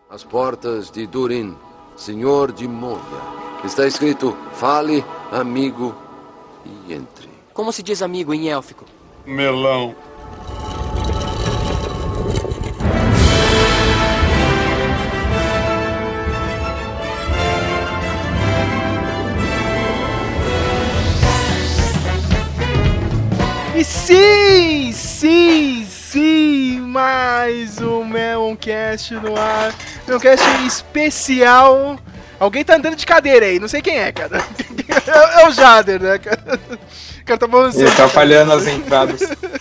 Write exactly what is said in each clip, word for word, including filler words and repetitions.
As portas de Durin, senhor de Moria. Está escrito, fale, amigo, e entre. Como se diz amigo em élfico? Melão. E sim, sim, sim, mais um Meloncast no ar. Meloncast especial. Alguém tá andando de cadeira aí, não sei quem é, cara. É, é o Jader, né, cara? O cara tá balançando. Ele tá falhando as entradas.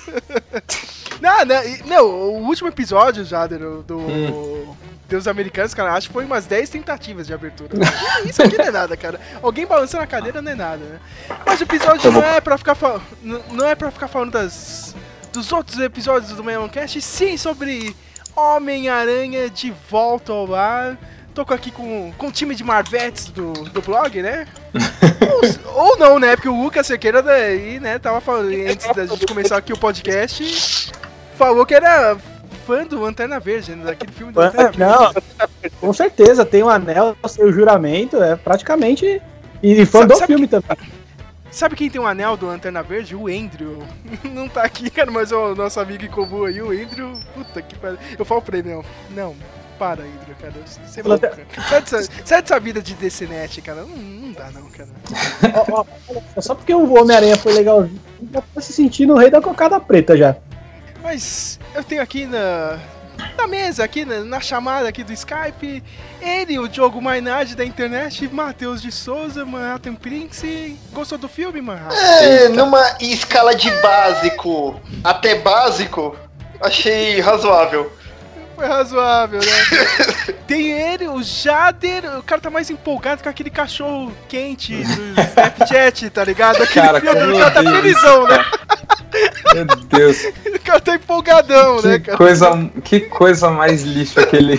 Não, não, não, o último episódio, Jader, do Hum. Deus Americanos, cara, acho que foi umas dez tentativas de abertura. Isso aqui não é nada, cara. Alguém balançando a cadeira não é nada, né? Mas o episódio não é pra ficar falando. Não é pra ficar falando das, dos outros episódios do Meloncast, sim sobre Homem-Aranha de volta ao lar. Tô aqui com, com o time de Marvetes do, do blog, né? ou, ou não, né? Porque o Lucas Cerqueira daí, né, tava falando, antes da gente começar aqui o podcast, falou que era fã do Lanterna Verde, né, daquele filme do Lanterna Verde. Não, com certeza, tem um anel, tem o juramento, é praticamente. E fã Sabe- do sabe filme também. Sabe quem tem um anel do Lanterna Verde? O Andrew. Não tá aqui, cara, mas é o nosso amigo em comum aí, o Andrew. Puta que pariu. Eu falo pra ele, não. Não, para, Andrew, cara. Você é louco, cara. Sai dessa, sai dessa vida de D C Net, cara. Não, não dá, não, cara. Ó, ó, ó, só porque o Homem-Aranha foi legalzinho, já tá se sentindo o rei da cocada preta já. Mas eu tenho aqui na, na mesa, aqui na, na chamada aqui do Skype, ele, o Diogo Mainardi da internet, Matheus de Souza, Manhattan Prince. Gostou do filme, Manhattan? É, numa escala de básico até básico, achei razoável. Foi razoável, né? Tem ele, o Jader, o cara tá mais empolgado com aquele cachorro quente do Snapchat, tá ligado? Aquele Cara, filme, como o cara tá eu odeio felizão, né? Meu Deus. O cara tá empolgadão, né, Que cara? coisa, que coisa mais lixo aquele.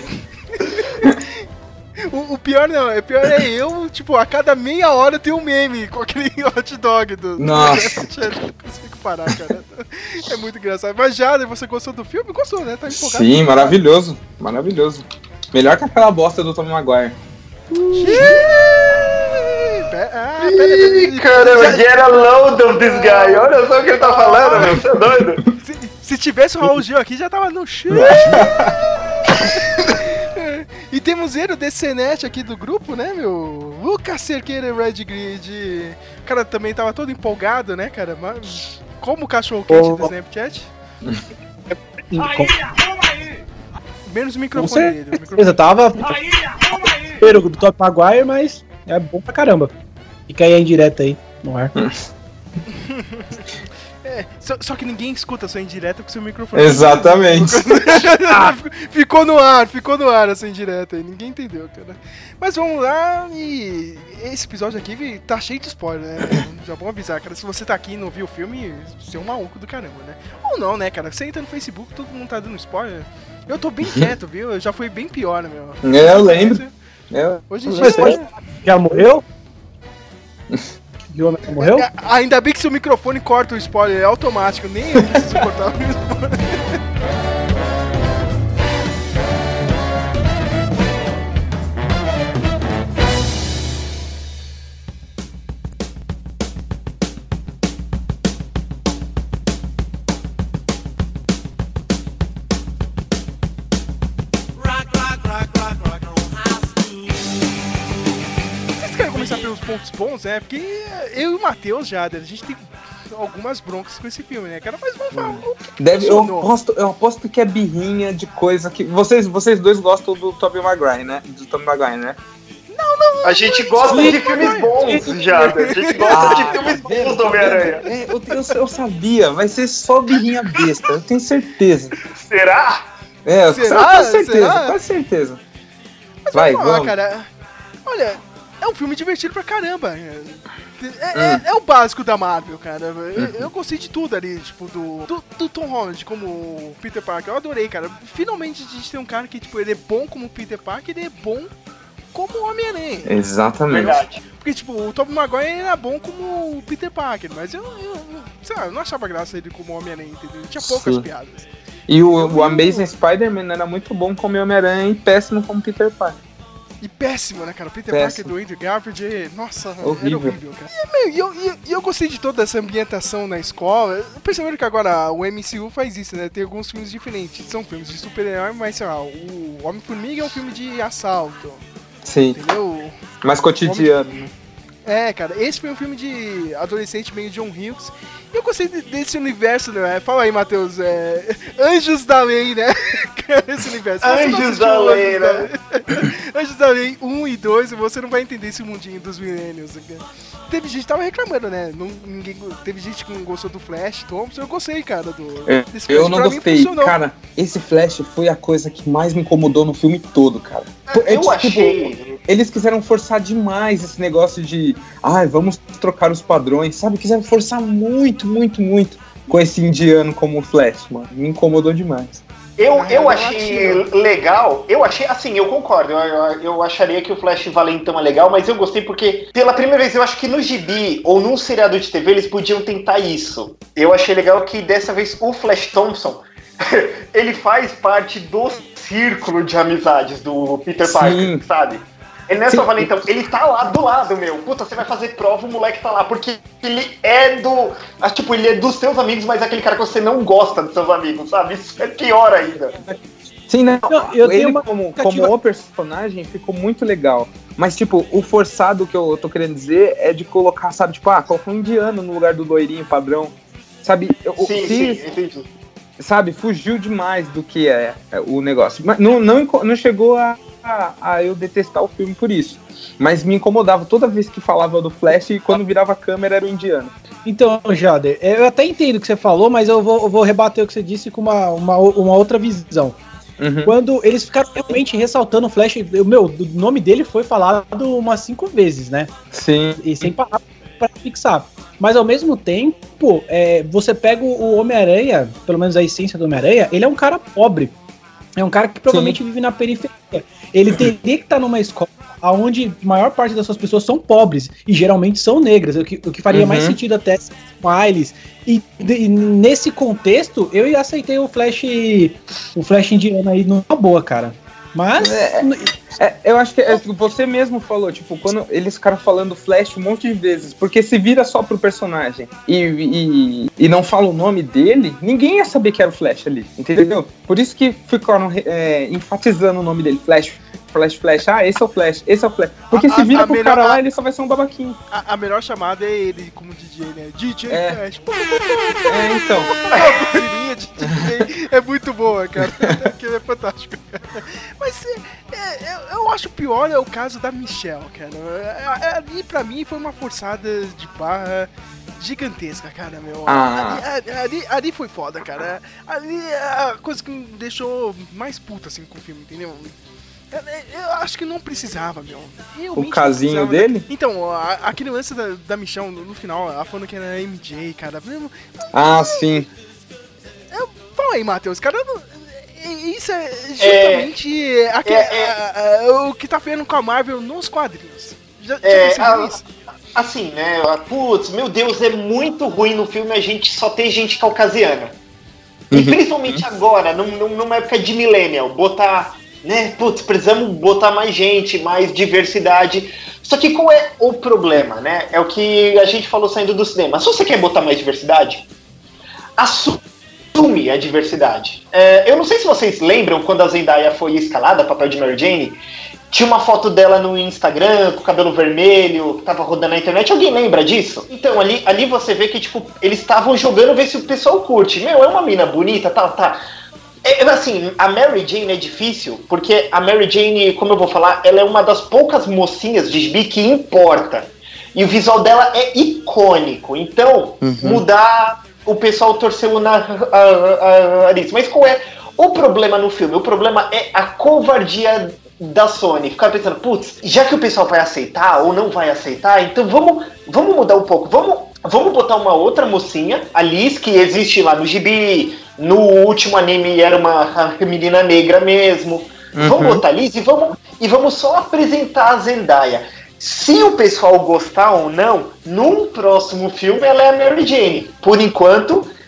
O, o pior não, é pior é eu, tipo, a cada meia hora tem um meme com aquele hot dog do, do Nossa. Snapchat. Não consigo parar, cara. É muito engraçado. Mas Jader, você gostou do filme? Gostou, né? Tá empolgado. Sim, maravilhoso. Maravilhoso. Melhor que aquela bosta do Tom Maguire. Ih, pe- Ah, pera, pera, Ih, pera. caramba, get a load of this guy. Olha só o que ele tá falando, meu. Você é doido? Se, se tivesse o Raul Gil aqui, já tava no chão. E temos ele, o D C Net aqui do grupo, né, meu? Lucas Cerqueira e Red Grid. O cara também tava todo empolgado, né, cara? Mas como o cachorro quente Oh. do Snapchat. Com Menos o com microfone dele. O microfone. certeza, tava primeiro do Top Maguire, mas é bom pra caramba. Fica aí a indireta aí no ar. É, só, só que ninguém escuta a sua indireta com seu microfone. Exatamente. Ficou no ar, ficou no ar essa indireta aí, ninguém entendeu, cara. Mas vamos lá, e esse episódio aqui tá cheio de spoiler, né? Já vou avisar, cara, se você tá aqui e não viu o filme, você é um maluco do caramba, né? Ou não, né, cara? Você entra no Facebook, todo mundo tá dando spoiler. Eu tô bem quieto, viu? Eu já fui bem pior, né, meu? É, eu lembro. É, Hoje em Mas dia... pode- Já morreu? E o homem morreu? É, ainda bem que seu microfone corta o spoiler, é automático, nem eu preciso cortar o spoiler. Vocês querem começar pelos pontos bons, né? Porque eu e o Matheus, já, a gente tem algumas broncas com esse filme, né, cara? Mas vamos falar o que que Deve, eu, funcionou. aposto, eu aposto que é birrinha de coisa que. Vocês, vocês dois gostam do Tobey Maguire, né? Do Tobey Maguire, né? A gente gosta de filmes bons, já. A gente gosta de filmes bons do Homem-Aranha. É, eu, eu, eu sabia, vai ser só birrinha besta, eu tenho certeza. Será? É, Será? quase certeza, Será? quase certeza. Mas Vai, vamos falar, vamos. cara. Olha, é um filme divertido pra caramba. É, é- é o básico da Marvel, cara. Eu, eu gostei de tudo ali, tipo, do, do, do Tom Holland como o Peter Parker. Eu adorei, cara. Finalmente a gente tem um cara que, tipo, ele é bom como Peter Parker, ele é bom como o Homem-Aranha. Exatamente. Verdade. Porque, tipo, o Tobey Maguire era bom como o Peter Parker, mas eu, eu, sei lá, eu não achava graça ele como Homem-Aranha, entendeu? Ele tinha poucas Sim. piadas. E o, o Amazing Spider-Man era muito bom como Homem-Aranha e péssimo como Peter Parker. E péssimo, né, cara? O Peter Péssimo. Parker do Andrew Garfield, nossa, Horrível. era horrível, cara. E, meu, e eu, e eu- e eu gostei de toda essa ambientação na escola. Perceberam que agora o M C U faz isso, né? Tem alguns filmes diferentes. São filmes de super-herói, mas sei lá, o Homem-Formiga é um filme de assalto, Sim, entendeu? mais cotidiano. né? É, cara, esse foi um filme de adolescente meio John Hughes. E eu gostei de- desse universo, né? Fala aí, Matheus. É... Anjos da Lei, né? Esse universo. Você não Anjos assistiu da o Lei, Anjos da Lei? Anjos da Lei um e dois, você não vai entender esse mundinho dos millennials. Cara. Teve gente que tava reclamando, né? Não, ninguém, teve gente que não gostou do Flash, Thompson. Eu gostei, cara, do, É, desse Eu Flash. não Pra mim, gostei, funcionou. cara. Esse Flash foi a coisa que mais me incomodou no filme todo, cara. É, Eu tipo, achei. Eles quiseram forçar demais esse negócio de, ai, vamos trocar os padrões, sabe? Quiseram forçar muito, muito, muito com esse indiano como Flash, mano. Me incomodou demais. Eu, Ah, eu eu achei latino. legal, eu achei, assim, eu concordo, eu, eu, eu acharia que o Flash Valentão é legal, mas eu gostei porque, pela primeira vez, eu acho que no gibi ou num seriado de T V eles podiam tentar isso. Eu achei legal que dessa vez o Flash Thompson, ele faz parte do círculo de amizades do Peter Sim. Parker, sabe? Ele não é só Sim. Valentão, ele tá lá do lado, meu. Puta, você vai fazer prova, o moleque tá lá, porque ele é do... ah, Tipo, ele é dos seus amigos, mas é aquele cara que você não gosta dos seus amigos, sabe? Isso é pior ainda. Sim, não, Não, eu ele tenho uma como, expectativa- como o personagem ficou muito legal. Mas, tipo, o forçado que eu tô querendo dizer é de colocar, sabe, tipo, ah, colocar um indiano no lugar do loirinho padrão. Sabe, o- Sim, se- sim, entendi. sabe, fugiu demais do que é, é o negócio. Mas não, não, inco- não chegou a, a, a eu detestar o filme por isso. Mas me incomodava toda vez que falava do Flash e quando virava a câmera era o indiano. Então, Jader, eu até entendo o que você falou, mas eu vou, eu vou rebater o que você disse com uma, uma, uma outra visão. Uhum. Quando eles ficaram realmente ressaltando o Flash, eu- meu, o nome dele foi falado umas cinco vezes, né? Sim. E sem parar pra fixar. Mas ao mesmo tempo, é, você pega o Homem-Aranha, pelo menos a essência do Homem-Aranha, ele é um cara pobre. É um cara que provavelmente vive na periferia. Ele teria que estar numa escola onde a maior parte das suas pessoas são pobres e geralmente são negras, o que, o que faria Uhum. mais sentido até Miles. E, e nesse contexto, eu aceitei o Flash, o Flash indiano aí numa boa, cara. Mas É, É, eu acho que é, você mesmo falou, tipo, quando eles ficaram falando Flash um monte de vezes, porque se vira só pro personagem e, e, e não fala o nome dele, ninguém ia saber que era o Flash ali, entendeu? Por isso que ficaram é, enfatizando o nome dele, Flash, Flash, Flash, ah, esse é o Flash, esse é o Flash. Porque A- se a- vira a pro melhor- cara a- lá, ele só vai ser um babaquinho. A, a melhor chamada é ele como D J, né? D J É. Flash. Pô, É, então. a buzininha de D J é muito boa, cara. Aquilo é fantástico. Mas é, é, eu, eu acho pior é o caso da Michelle, cara. É, é, ali, pra mim, foi uma forçada de barra gigantesca, cara, meu. Ah. Ali, ali, ali foi foda, cara. Ali é a coisa que me deixou mais puta, assim, com o filme, entendeu? Eu, eu acho que não precisava, meu. Realmente O casinho não precisava, dele? né? Então, a, aquele lance da, da Michelle no, no final, ela falando que era M J, cara. Eu- Ah, sim. Fala aí, Matheus, cara. eu não- Isso é justamente aquele- é, a- a- o que tá vendo com a Marvel nos quadrinhos. Já, já É, percebeu a- isso? Assim, né? Putz, meu Deus, é muito ruim no filme a gente só ter gente caucasiana. E principalmente agora, num- num- numa época de millennial, botar, né? Putz, precisamos botar mais gente, mais diversidade. Só que qual é o problema, né? É o que a gente falou saindo do cinema. Se você quer botar mais diversidade, assume a diversidade. É, eu não sei se vocês lembram quando a Zendaya foi escalada, papel de Mary Jane. Tinha uma foto dela no Instagram, com o cabelo vermelho, que tava rodando na internet. Alguém lembra disso? Então, ali, ali você vê que, tipo, eles estavam jogando ver se o pessoal curte. Meu, é uma mina bonita, tá, tá. É, assim, a Mary Jane é difícil, porque a Mary Jane, como eu vou falar, ela é uma das poucas mocinhas de gibi que importa. E o visual dela é icônico. Então, mudar, o pessoal torceu na nariz. Mas qual é o problema no filme? O problema é a covardia da Sony. Ficar pensando, putz, já que o pessoal vai aceitar ou não vai aceitar, então vamos, vamos mudar um pouco. Vamos, vamos botar uma outra mocinha, a Liz, que existe lá no gibi. No último anime era uma menina negra mesmo. Uhum. Vamos botar a Liz e vamos, e vamos só apresentar a Zendaya. Se o pessoal gostar ou não, num próximo filme ela é a Mary Jane. Por enquanto,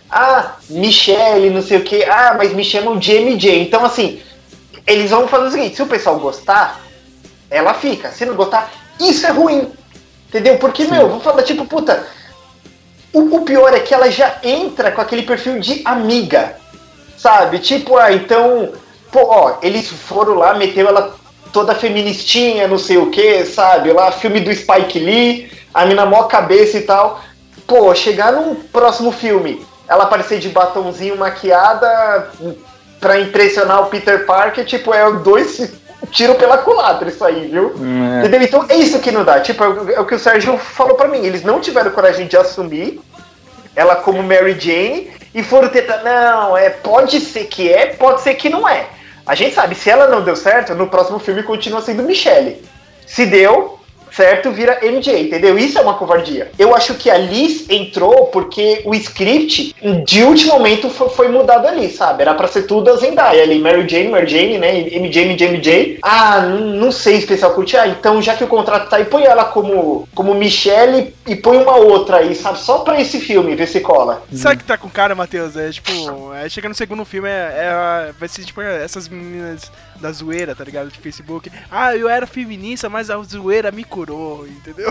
Ah, Michelle, não sei o que. Ah, mas me chamam de M J. Então, assim, eles vão fazer o seguinte: se o pessoal gostar, ela fica. Se não gostar, isso é ruim. Entendeu? Porque, Sim. meu, vou falar, tipo, puta. O, o pior é que ela já entra com aquele perfil de amiga. Sabe? Tipo, ah, então. Pô, ó, eles foram lá, meteu ela toda feministinha, não sei o que, sabe? Lá, filme do Spike Lee, a mina mó cabeça e tal. Pô, chegar num próximo filme, ela aparecer de batonzinho maquiada pra impressionar o Peter Parker, tipo, é dois tiro pela culatra isso aí, viu? É. Entendeu? Então é isso que não dá. Tipo, é o que o Sérgio falou pra mim. Eles não tiveram coragem de assumir ela como Mary Jane e foram tentar, não, é, pode ser que é, pode ser que não é. A gente sabe, se ela não deu certo, no próximo filme continua sendo Michelle. Se deu certo, vira M J, entendeu? Isso é uma covardia. Eu acho que a Liz entrou porque o script, de último momento, foi, foi mudado ali, sabe? Era pra ser tudo a Zendaya ali, Mary Jane, Mary Jane, né? M J, M J, M J. Ah, não sei, especial curtir. Ah, então já que o contrato tá aí, põe ela como, como Michelle e põe uma outra aí, sabe? Só pra esse filme, ver se cola. Sabe que tá com cara, Matheus? É tipo, é, chega no segundo filme, é, é, vai ser tipo essas meninas da zoeira, tá ligado? De Facebook. Ah, eu era feminista, mas a zoeira me curou, entendeu?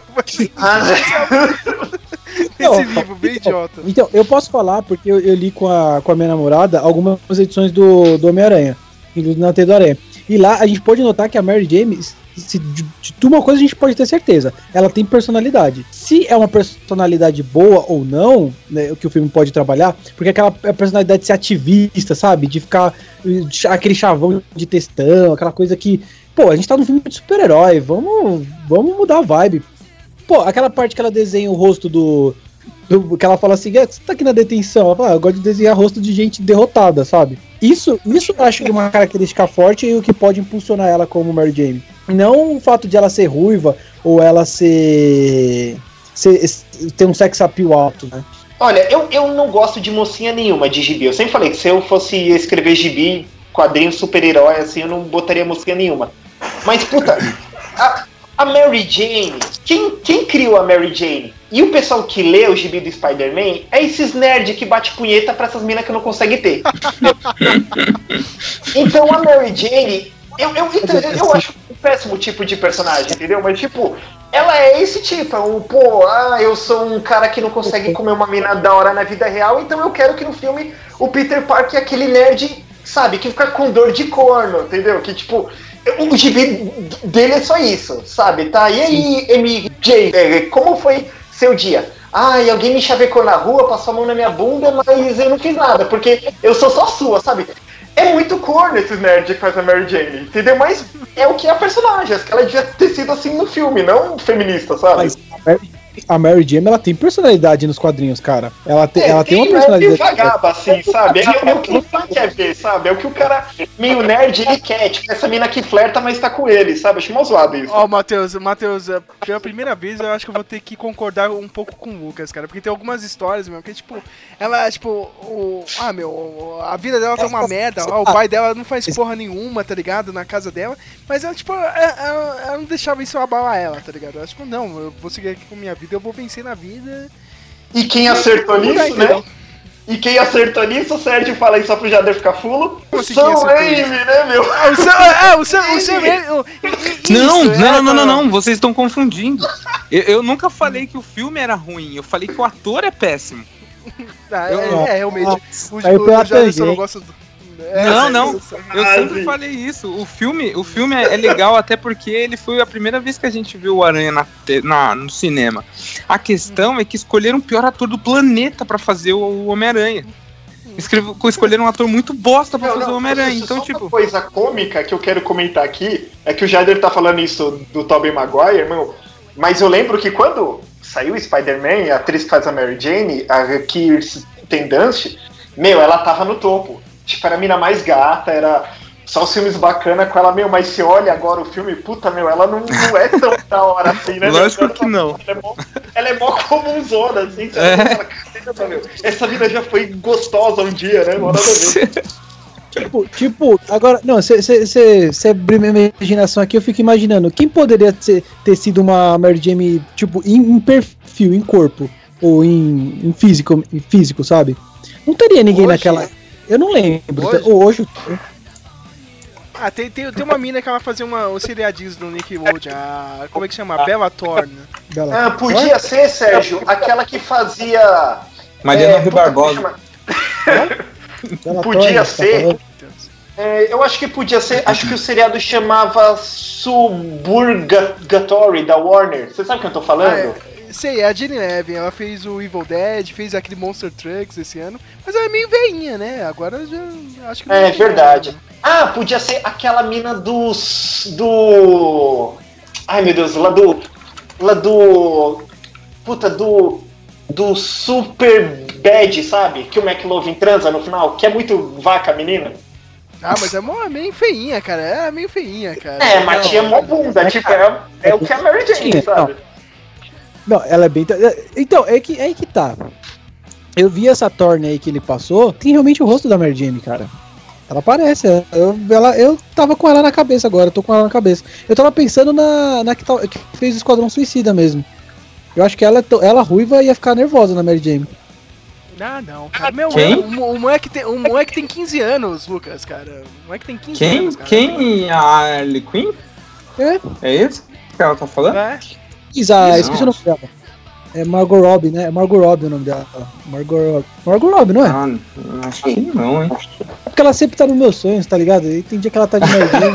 Esse livro, bem então, idiota. Então, eu posso falar, porque eu, eu li com a, com a minha namorada algumas edições do, do Homem-Aranha, na Teia do Aranha. E lá a gente pode notar que a Mary Jane, se, de, de uma coisa a gente pode ter certeza, ela tem personalidade. Se é uma personalidade boa ou não, né, o que o filme pode trabalhar, porque aquela personalidade de ser ativista, sabe? De ficar aquele chavão de textão, aquela coisa que, pô, a gente tá num filme de super-herói, vamos, vamos mudar a vibe. Pô, aquela parte que ela desenha o rosto do... do que ela fala assim, você tá aqui na detenção, ela fala, ah, eu gosto de desenhar rosto de gente derrotada, sabe? Isso, isso eu acho que é uma característica forte e o que pode impulsionar ela como Mary Jane. Não o fato de ela ser ruiva ou ela ser, ser ter um sex appeal alto, né? Olha, eu, eu não gosto de mocinha nenhuma de gibi. Eu sempre falei que se eu fosse escrever gibi, quadrinho super-herói, assim, eu não botaria mocinha nenhuma. Mas, puta, a, a Mary Jane, quem, quem criou a Mary Jane? E o pessoal que lê o gibi do Spider-Man é esses nerds que bate punheta pra essas minas que não consegue ter. Então a Mary Jane, eu, eu, então, eu acho um péssimo tipo de personagem, entendeu? Mas tipo, ela é esse tipo, é um, pô, ah, eu sou um cara que não consegue comer uma mina da hora na vida real, então eu quero que no filme o Peter Parker é aquele nerd, sabe, que fica com dor de corno, entendeu? Que tipo... O gibi dele é só isso, sabe? Tá? E aí, M J, como foi seu dia? Ai, alguém me chavecou na rua, passou a mão na minha bunda, mas eu não fiz nada, porque eu sou só sua, sabe? É muito corno esses nerds que faz a Mary Jane, entendeu? Mas é o que é a personagem, acho que ela devia ter sido assim no filme, não feminista, sabe? Mas a Mary Jane, ela tem personalidade nos quadrinhos, cara. Ela, te, é, ela tem, tem uma personalidade. É vagaba, assim, sabe? É, é o que o cara quer ver, sabe? É o que o cara meio nerd, ele quer. Tipo, essa mina que flerta, mas tá com ele, sabe? Acho mó zoado isso. Ó, oh, Matheus, Matheus, pela primeira vez eu acho que eu vou ter que concordar um pouco com o Lucas, cara. Porque tem algumas histórias, meu, que tipo, ela, tipo, o... Ah, meu, a vida dela tá uma merda. Ó, o pai dela não faz porra nenhuma, tá ligado? Na casa dela. Mas ela, tipo, ela, ela, ela não deixava isso abalar ela, tá ligado? Ela, tipo, não, eu vou seguir aqui com minha vida, eu vou vencer na vida. E quem acertou nisso, aí, né? E quem acertou nisso, o Sérgio fala aí só pro Jader ficar fulo. Sam Raimi, né, meu? Ah, o Sam, ah, o Sam, o Sam Raimi. Não, não, não, não, não, vocês estão confundindo. Eu, eu nunca falei que o filme era ruim, eu falei que o ator é péssimo. Ah, eu, é, é, realmente. Ah, o o, o Jader só não gosta do... É, não, não, eu sempre falei isso. O filme, o filme é legal até porque ele foi a primeira vez que a gente viu o Aranha na, na, no cinema. A questão é que escolheram o pior ator do planeta pra fazer o Homem-Aranha. Escolheram um ator muito bosta pra não, fazer não, o Homem-Aranha. Então, tipo... Uma coisa cômica que eu quero comentar aqui é que o Jader tá falando isso do Tobey Maguire, meu, mas eu lembro que quando saiu o Spider-Man, a atriz que faz a Mary Jane, a Kirsten Dunst, meu, ela tava no topo. Tipo, era a mina mais gata, era só os filmes bacanas com ela, meu, mas se olha agora o filme, puta, meu, ela não, não é tão da hora assim, né? Lógico meu? que não. Ela é mó, ela é mó comunzona, assim, sabe? É. Meu, essa mina já foi gostosa um dia, né? Não nada a ver. Tipo, tipo, agora, não, você abriu minha imaginação aqui, eu fico imaginando, quem poderia ter, ter sido uma Mary Jane, tipo, em, em perfil, em corpo, ou em, em, físico, em físico, sabe? Não teria ninguém Hoje? naquela... Eu não lembro. Hoje? Hoje... Ah, tem, tem, tem uma mina que ela fazia uma, um seriadinho no Nickelodeon. A, como é que chama? Bella Thorne. Ah, podia ser, Sérgio, aquela que fazia... Mariana é, Rui puta, Barbosa. chama- Bella Podia Thorne, ser. tá falando? É, eu acho que podia ser. Acho que o seriado chamava Suburgatory da Warner. Você sabe o que eu tô falando? Ah, é, sei, é a Jenny Levin. Ela fez o Evil Dead, fez aquele Monster Trucks esse ano. Mas ela é meio veinha, né? Agora já acho que não É tem verdade. nada, né? Ah, podia ser aquela mina dos. Do. Ai meu Deus, lá do. Lá do. Puta, do. Do Super Bad, sabe? Que o McLovin transa no final, que é muito vaca, menina. Ah, mas é, mó, é meio feinha, cara. É meio feinha, cara. É, mas tinha mó bunda, tipo, é, é o que a Mary Jane, Tinha, sabe? Não, ela é bem... Então, é que, é aí que tá. Eu vi essa Thorne aí que ele passou, tem realmente o rosto da Mary Jane, cara. Ela parece, eu, ela, eu tava com ela na cabeça agora, eu tô com ela na cabeça. Eu tava pensando na, na que, tá, que fez o Esquadrão Suicida mesmo. Eu acho que ela, ela ruiva ia ficar nervosa na Mary Jane. Ah, não, cara. Meu, Quem? O, o, moleque tem, o moleque tem quinze anos, Lucas, cara. O moleque tem quinze Quem? anos, cara. Quem? A Harley Quinn? É, É isso que ela tá falando? É. Isa, Isso. esqueci o nome dela. É Margot Robbie, né? É Margot Robbie o nome dela. Margot Robbie. Margot Robbie, não é? Ah, acho que não, hein? É porque ela sempre tá nos meus sonhos, tá ligado? E tem dia que ela tá de Mary Jane.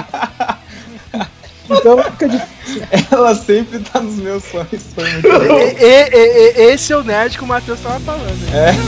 Então fica difícil. Ela sempre tá nos meus sonhos. Foi muito E, bom. e- e- e- esse é o nerd que o Matheus tava falando. Né? É.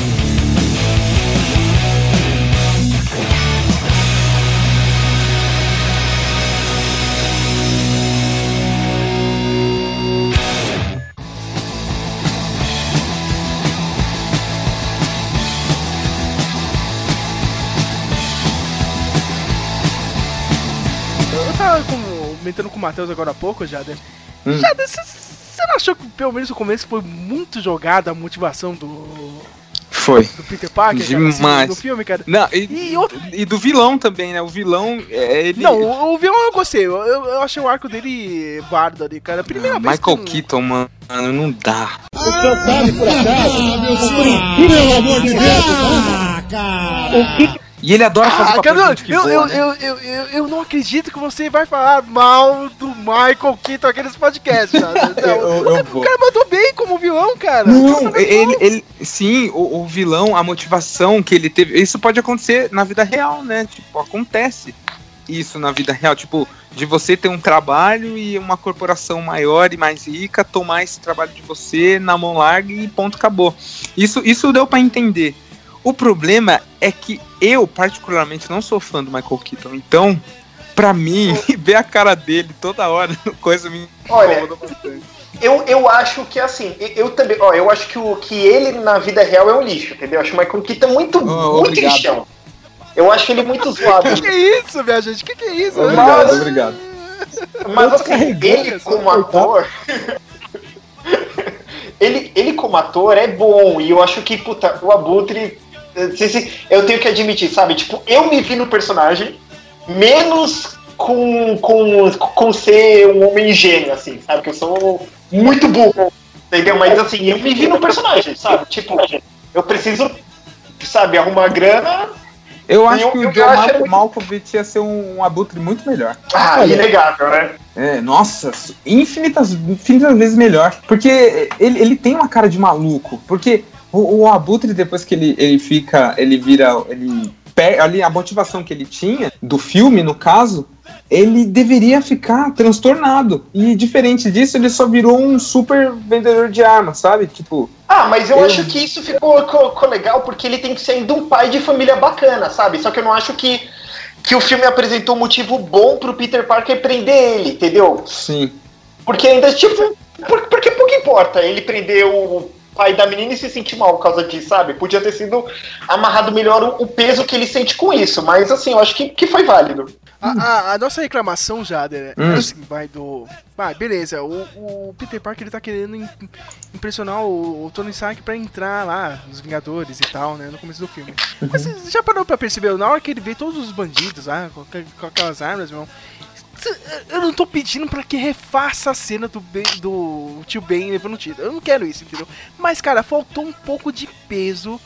Eu tava com- comentando com o Matheus agora há pouco, Jader. Hum. Jader, você não achou que pelo menos no começo foi muito jogada a motivação do, Foi. do Peter Parker, cara, assim, Demais. no filme, cara? Não, e, E outro- e do vilão também, né? O vilão, é, ele... Não, o, o vilão eu gostei. Eu, eu, eu achei o arco dele válido ali, cara. A primeira Ah, vez Michael que um- Keaton, mano, não dá. E ele adora fazer Ah, papel cara, de gente que eu, voa, eu, né? eu, eu, eu, eu não acredito que você vai falar mal do Michael Keaton aqui nesse podcast, cara. Não, Eu- eu o, vou. o cara mandou bem como vilão, cara. Não, ele, ele, sim, o, o vilão, a motivação que ele teve, isso pode acontecer na vida real, né? Tipo, acontece isso na vida real, tipo, de você ter um trabalho e uma corporação maior e mais rica tomar esse trabalho de você na mão larga e ponto, acabou. Isso, isso deu pra entender. O problema é que eu, particularmente, não sou fã do Michael Keaton, então, pra mim, ver a cara dele toda hora, coisa me Olha, incomoda bastante. Eu, eu acho que assim, eu, eu também, ó, eu acho que, o, que ele na vida real é um lixo, entendeu? Eu acho o Michael Keaton muito, Oh, muito obrigado. lixão. Eu acho ele muito zoado. Que que é isso, minha gente? Que que é isso? Obrigado, Mas- obrigado. Mas assim, Descarregou, ele como ator. ele, ele como ator é bom. E eu acho que, puta, o Abutre. se- se- Eu tenho que admitir, sabe? Tipo, eu me vi no personagem, menos com, com, com ser um homem gênio, assim, sabe? Que eu sou muito burro, entendeu? Mas assim, eu me vi no personagem, sabe? Tipo, eu preciso, sabe, arrumar grana. Eu acho Eu- que eu o John acho Mal- muito- Malkovich ia ser um, um abutre muito melhor. Ah, Olha. inegável, né? É, nossa, infinitas, infinitas vezes melhor. Porque ele, ele tem uma cara de maluco. Porque o, o abutre, depois que ele, ele fica, ele vira, ele per- ali a motivação que ele tinha, do filme, no caso, ele deveria ficar transtornado. E diferente disso, ele só virou um super vendedor de armas, sabe? Tipo, Ah, mas eu, Eu- acho que isso ficou, ficou- ficou legal porque ele tem que ser ainda um pai de família bacana, sabe? Só que eu não acho que, que o filme apresentou um motivo bom pro Peter Parker prender ele, entendeu? sim. Porque ainda, tipo, por- porque pouco importa ele prender o pai da menina e se sentir mal por causa disso, sabe? Podia ter sido amarrado melhor o, o peso que ele sente com isso, mas assim, eu acho que, que foi válido. A, a- a nossa reclamação, Jader, Hum. é assim, vai do... Ah, beleza, o, o Peter Parker ele tá querendo im- impressionar o, o Tony Stark pra entrar lá nos Vingadores e tal, né, no começo do filme. Mas você já parou pra perceber, na hora que ele vê todos os bandidos lá, com, aqu- com aquelas armas, meu irmão, cê- eu não tô pedindo pra que refaça a cena do, ben, do tio Ben levando tiro, eu não quero isso, entendeu? Mas, cara, faltou um pouco de peso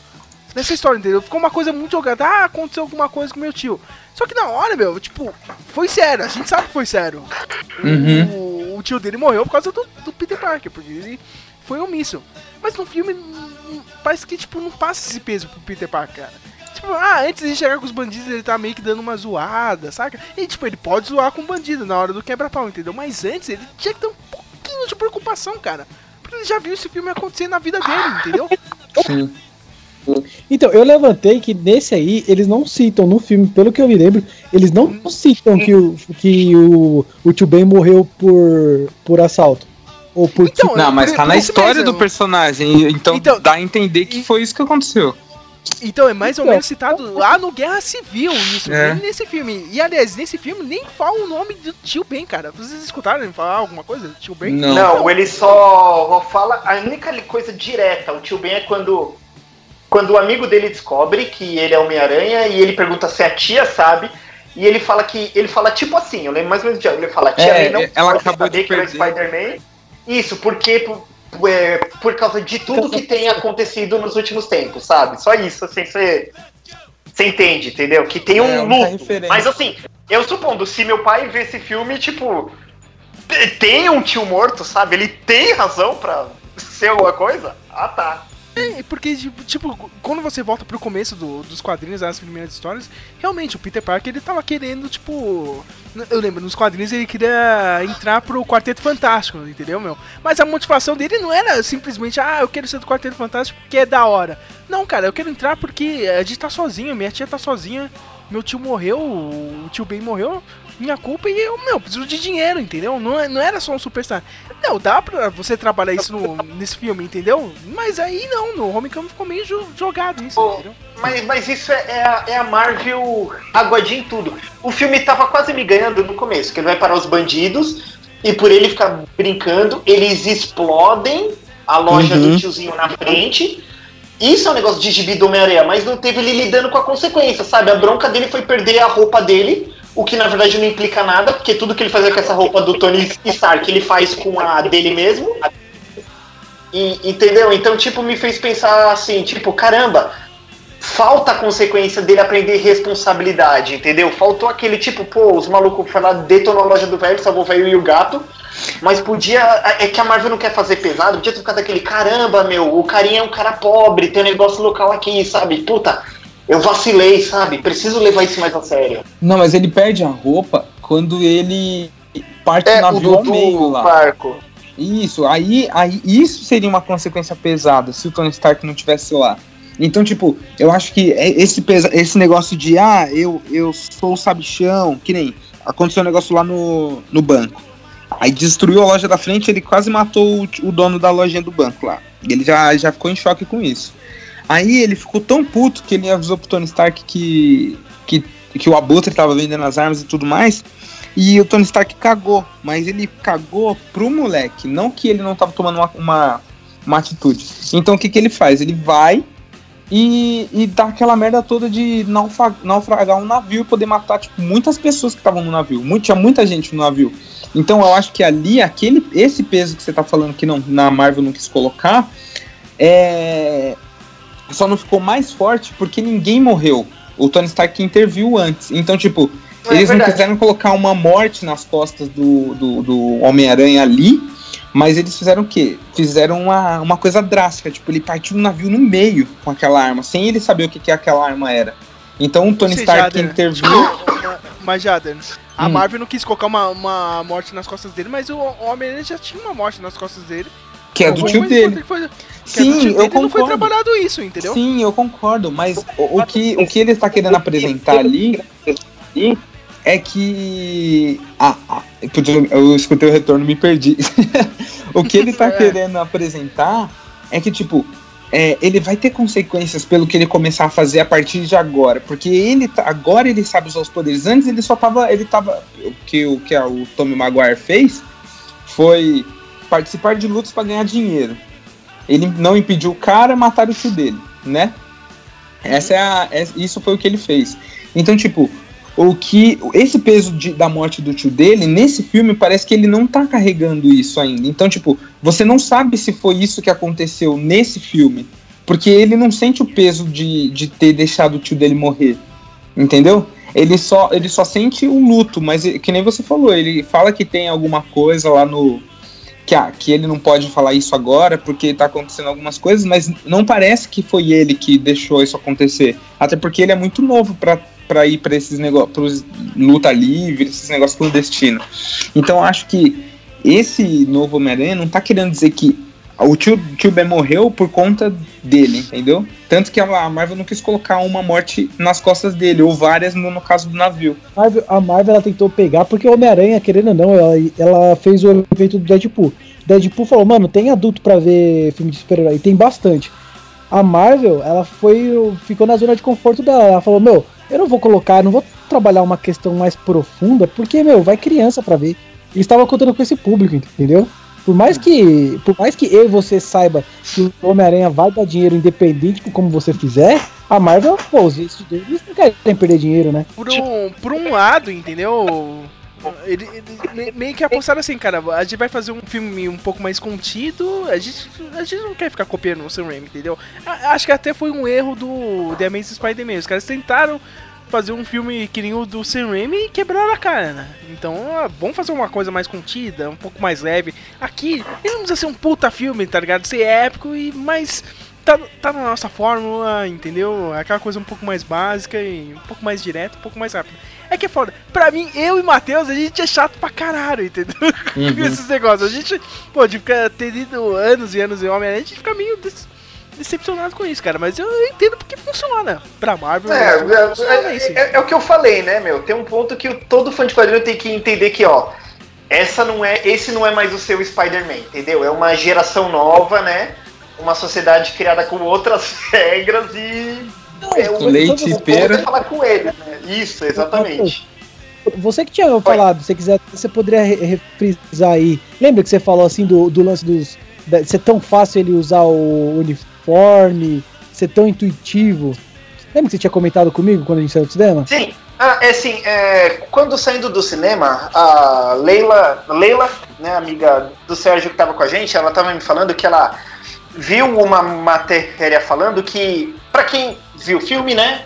nessa história, entendeu? Ficou uma coisa muito jogada. Ah, aconteceu alguma coisa com meu tio. Só que na hora, meu, tipo, foi sério. A gente sabe que foi sério. Uhum. O, o tio dele morreu por causa do, do Peter Parker, porque ele foi omisso. Mas no filme, parece que, tipo, não passa esse peso pro Peter Parker, cara. Tipo, ah, antes de chegar com os bandidos, ele tá meio que dando uma zoada, saca? E, tipo, ele pode zoar com o bandido na hora do quebra-pau, entendeu? Mas antes, ele tinha que ter um pouquinho de preocupação, cara. Porque ele já viu esse filme acontecer na vida dele, entendeu? Sim. Então, eu levantei que nesse aí, eles não citam no filme, pelo que eu me lembro, eles não citam que o, que o, o tio Ben morreu por, por assalto. Ou por Então, tipo... Não, mas tá na história do personagem, então, Então, dá a entender que foi isso que aconteceu. Então, é mais ou Então. menos citado lá no Guerra Civil isso, É. nem nesse filme. E, aliás, nesse filme nem fala o nome do tio Ben, cara. Vocês escutaram ele falar alguma coisa? Tio Ben? Não. Não, ele só, só fala. A única coisa direta, o tio Ben é quando. Quando o amigo dele descobre que ele é Homem-Aranha e ele pergunta se a tia sabe. E ele fala que. Ele fala tipo assim, eu lembro mais ou menos de algo. Ele fala, tia É, Ben não ela pode acabou de saber que era o perder. Spider-Man. Isso, porque por, é, por causa de tudo que tem acontecido nos últimos tempos, sabe? Só isso, assim, você. Você entende, entendeu? Que tem um É, uma luto. referência. Mas assim, eu supondo, se meu pai vê esse filme, tipo. Tem um tio morto, sabe? Ele tem razão pra ser alguma coisa? Ah, tá. É, porque, tipo, quando você volta pro começo do, dos quadrinhos, das primeiras histórias, realmente, o Peter Parker, ele tava querendo, tipo... Eu lembro, nos quadrinhos ele queria entrar pro Quarteto Fantástico, entendeu, meu? Mas a motivação dele não era simplesmente, ah, eu quero ser do Quarteto Fantástico porque é da hora. Não, cara, eu quero entrar porque a gente tá sozinho, minha tia tá sozinha, meu tio morreu, o tio Ben morreu, minha culpa e eu, meu, preciso de dinheiro, entendeu? Não, não era só um superstar. Não, dá pra você trabalhar isso no, nesse filme, entendeu? Mas aí não, no Homecoming ficou meio jo- jogado isso, Oh, entendeu? Mas, mas isso é, é, a, é a Marvel aguadinha em tudo. O filme tava quase me ganhando no começo, que ele vai parar os bandidos e por ele ficar brincando, eles explodem a loja Uhum. do tiozinho na frente. Isso é um negócio de gibi do Homem-Aranha, mas não teve ele lidando com a consequência, sabe? A bronca dele foi perder a roupa dele, o que na verdade não implica nada, porque tudo que ele fazia com essa roupa do Tony Stark, ele faz com a dele mesmo. E, entendeu? Então, tipo, me fez pensar assim, tipo, caramba, falta a consequência dele aprender responsabilidade, entendeu? Faltou aquele tipo, pô, os malucos foram lá, detonou a loja do velho, salvou o velho e o gato, mas podia, é que a Marvel não quer fazer pesado, podia ter ficado aquele, caramba, meu, o carinha é um cara pobre, tem um negócio local aqui, sabe? Puta, eu vacilei, sabe? Preciso levar isso mais a sério. Não, mas ele perde a roupa quando ele parte É, o o navio ao do, meio do lá. barco. Isso, aí, aí isso seria uma consequência pesada se o Tony Stark não tivesse lá. Então, tipo, eu acho que esse, pesa, esse negócio de, ah, eu, eu sou o sabichão, que nem aconteceu um negócio lá no, no banco. Aí destruiu a loja da frente, ele quase matou o, o dono da lojinha do banco lá. Ele já, já ficou em choque com isso. Aí ele ficou tão puto que ele avisou pro Tony Stark que, que, que o Abutre tava vendendo as armas e tudo mais. E o Tony Stark cagou, mas ele cagou pro moleque, não que ele não tava tomando uma, uma, uma atitude. Então o que que ele faz? Ele vai e, e dá aquela merda toda de naufragar, naufragar um navio e poder matar tipo, muitas pessoas que estavam no navio. Muito, tinha muita gente no navio. Então eu acho que ali, aquele, esse peso que você tá falando que não, na Marvel não quis colocar, é, só não ficou mais forte porque ninguém morreu. O Tony Stark interviu antes. Então, tipo, É eles não verdade. quiseram colocar uma morte nas costas do, do, do Homem-Aranha ali, mas eles fizeram o quê? Fizeram uma, uma coisa drástica. Tipo, ele partiu o navio no meio com aquela arma, sem ele saber o que, que aquela arma era. Então o Tony Ou seja, Stark Jader, interviu. Mas, Jader, a Hum. Marvel não quis colocar uma, uma morte nas costas dele, mas o Homem-Aranha já tinha uma morte nas costas dele. Que é do Foi tio uma dele. coisa que foi- que é do Sim, tio eu dele, não foi concordo. trabalhado isso, entendeu? Sim, eu concordo, mas o, o, que, o que ele está querendo apresentar ali é que. Ah, ah, eu escutei o retorno e me perdi. O que ele está É. querendo apresentar é que, tipo, é, ele vai ter consequências pelo que ele começar a fazer a partir de agora. Porque ele tá, agora ele sabe usar os poderes. Antes ele só tava. Ele tava. O que o, que o Tobey Maguire fez foi participar de lutas para ganhar dinheiro. Ele não impediu o cara matar o tio dele, né? Essa é a, é- isso foi o que ele fez. Então, tipo, o que esse peso de- da morte do tio dele, nesse filme, parece que ele não tá carregando isso ainda. Então, tipo, você não sabe se foi isso que aconteceu nesse filme Porque ele não sente o peso de, de ter deixado o tio dele morrer, entendeu? Ele só, ele só sente o luto, mas que nem você falou, ele fala que tem alguma coisa lá no... Que, ah, que ele não pode falar isso agora porque tá acontecendo algumas coisas, mas não parece que foi ele que deixou isso acontecer. Até porque ele é muito novo pra, pra ir pra esses negócios, pros luta livre, esses negócios clandestinos. Então acho que esse novo Homem-Aranha não tá querendo dizer que o tio, tio Ben morreu por conta dele, entendeu? Tanto que a Marvel não quis colocar uma morte nas costas dele, ou várias no, no caso do navio. A Marvel, a Marvel ela tentou pegar, porque o Homem-Aranha, querendo ou não, ela, ela fez o efeito do Deadpool. Deadpool falou, mano, tem adulto pra ver filme de super-herói, tem bastante. A Marvel, ela foi, ficou na zona de conforto dela, ela falou, meu, eu não vou colocar, não vou trabalhar uma questão mais profunda, porque, meu, vai criança pra ver. Eles estavam contando com esse público, entendeu? Por mais que, por mais que eu e você saiba que o Homem-Aranha vai dar dinheiro independente de como você fizer, a Marvel, pô, os estudiosos não querem perder dinheiro, né? Por um, por um lado, entendeu? Ele, ele, meio que apostaram assim, cara, a gente vai fazer um filme um pouco mais contido, a gente, a gente não quer ficar copiando o Sam Raimi, entendeu? A, acho que até foi um erro do The Amazing Spider-Man, os caras tentaram fazer um filme que nem o do Sam Raimi e quebraram a cara, né? Então, vamos fazer uma coisa mais contida, um pouco mais leve. Aqui, ele não precisa ser um puta filme, tá ligado? Ser épico, e mas tá, tá na nossa fórmula, entendeu? Aquela coisa um pouco mais básica e um pouco mais direta, um pouco mais rápida. É que é foda. Pra mim, eu e Matheus, a gente é chato pra caralho, entendeu? Uhum. Com esses negócios. A gente, pô, de ficar ter ido anos e anos em Homem-Aranha, a gente fica meio des- decepcionado com isso, cara. Mas eu entendo porque funciona. Pra Marvel, É, é, funciona é, isso. é, é o que eu falei, né, meu? Tem um ponto que todo fã de quadrinho tem que entender que, ó, essa não é, esse não é mais o seu Spider-Man, entendeu? É uma geração nova, né? Uma sociedade criada com outras regras e... Não, é, o leite e pera. falar com ele, né? Isso, exatamente. Você que tinha falado, se você quiser, você poderia re- reprisar aí. Lembra que você falou assim do, do lance dos... Da, ser tão fácil ele usar o uniforme, ser tão intuitivo. Lembra que você tinha comentado comigo quando a gente saiu do cinema? Sim. Ah, é assim, é, quando saindo do cinema, a Leila, Leila, né, amiga do Sérgio que tava com a gente, ela tava me falando que ela viu uma matéria falando que, pra quem viu o filme, né,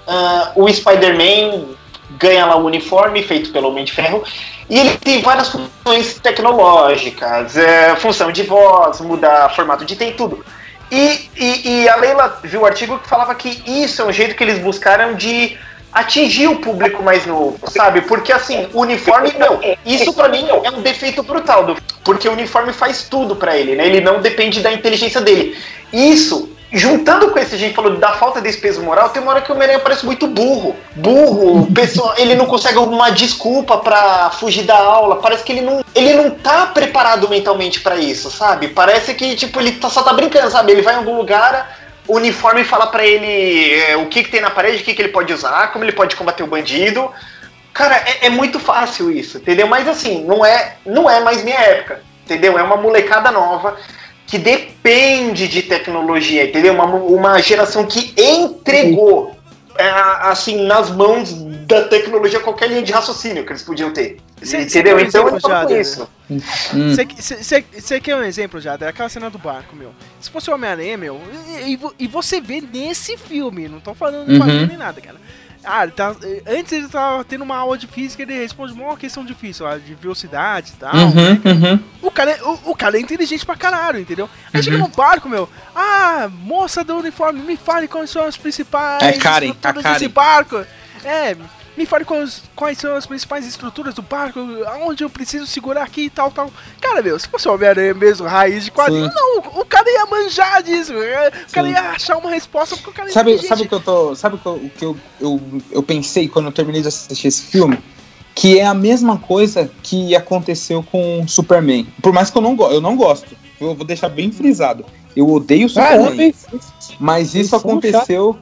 uh, o Spider-Man ganha lá o uniforme feito pelo Homem de Ferro e ele tem várias funções tecnológicas, é, função de voz, mudar formato de tem tudo. E, e, e a Leila viu o artigo que falava que isso é um jeito que eles buscaram de atingir o público mais novo, sabe? Porque assim, o uniforme, meu, isso pra mim é um defeito brutal, do, porque o uniforme faz tudo pra ele, né? Ele não depende da inteligência dele. Isso, juntando com esse, a gente falou da falta desse peso moral, tem uma hora que o Homem-Aranha parece muito burro. Burro, pessoa, ele não consegue uma desculpa pra fugir da aula, parece que ele não, ele não tá preparado mentalmente pra isso, sabe? Parece que, tipo, ele tá, só tá brincando, sabe? Ele vai em algum lugar... O uniforme fala pra ele é, o que, que tem na parede, o que, que ele pode usar, como ele pode combater o bandido. Cara, é, é muito fácil isso, entendeu? Mas assim, não é, não é mais minha época, entendeu? É uma molecada nova que depende de tecnologia, entendeu? Uma, uma geração que entregou, é, assim, nas mãos da tecnologia qualquer linha de raciocínio que eles podiam ter. Cê, entendeu? cê Então um eu falo com isso. Você quer um exemplo, Jada? É aquela cena do barco, meu. Se fosse o Homem-Aranha, meu, e, e, e você vê nesse filme, não tô falando de quadrinho nem nada, cara. Ah, ele tá, antes ele tava tendo uma aula de física, ele responde uma questão difícil, ó, de velocidade e tal. Uhum, né, uhum. O, cara é, o, o cara é inteligente pra caralho, entendeu? Aí uhum. chega no barco, meu. Ah, moça do uniforme, me fale quais são as principais é, Karen, estruturas a Karen. desse barco. É, me fale quais, quais são as principais estruturas do barco, aonde eu preciso segurar aqui e tal, tal. Cara, meu, se fosse o Homem-Aranha mesmo, raiz de quadrinho, Sim. não, o, o cara ia manjar disso, o cara Sim. ia achar uma resposta porque o cara ia Sabe, sabe o que eu tô. Sabe o que eu, eu, eu pensei quando eu terminei de assistir esse filme? Que é a mesma coisa que aconteceu com o Superman. Por mais que eu não, go- eu não gosto, eu vou deixar bem frisado. Eu odeio o Superman. Ah, mas isso aconteceu.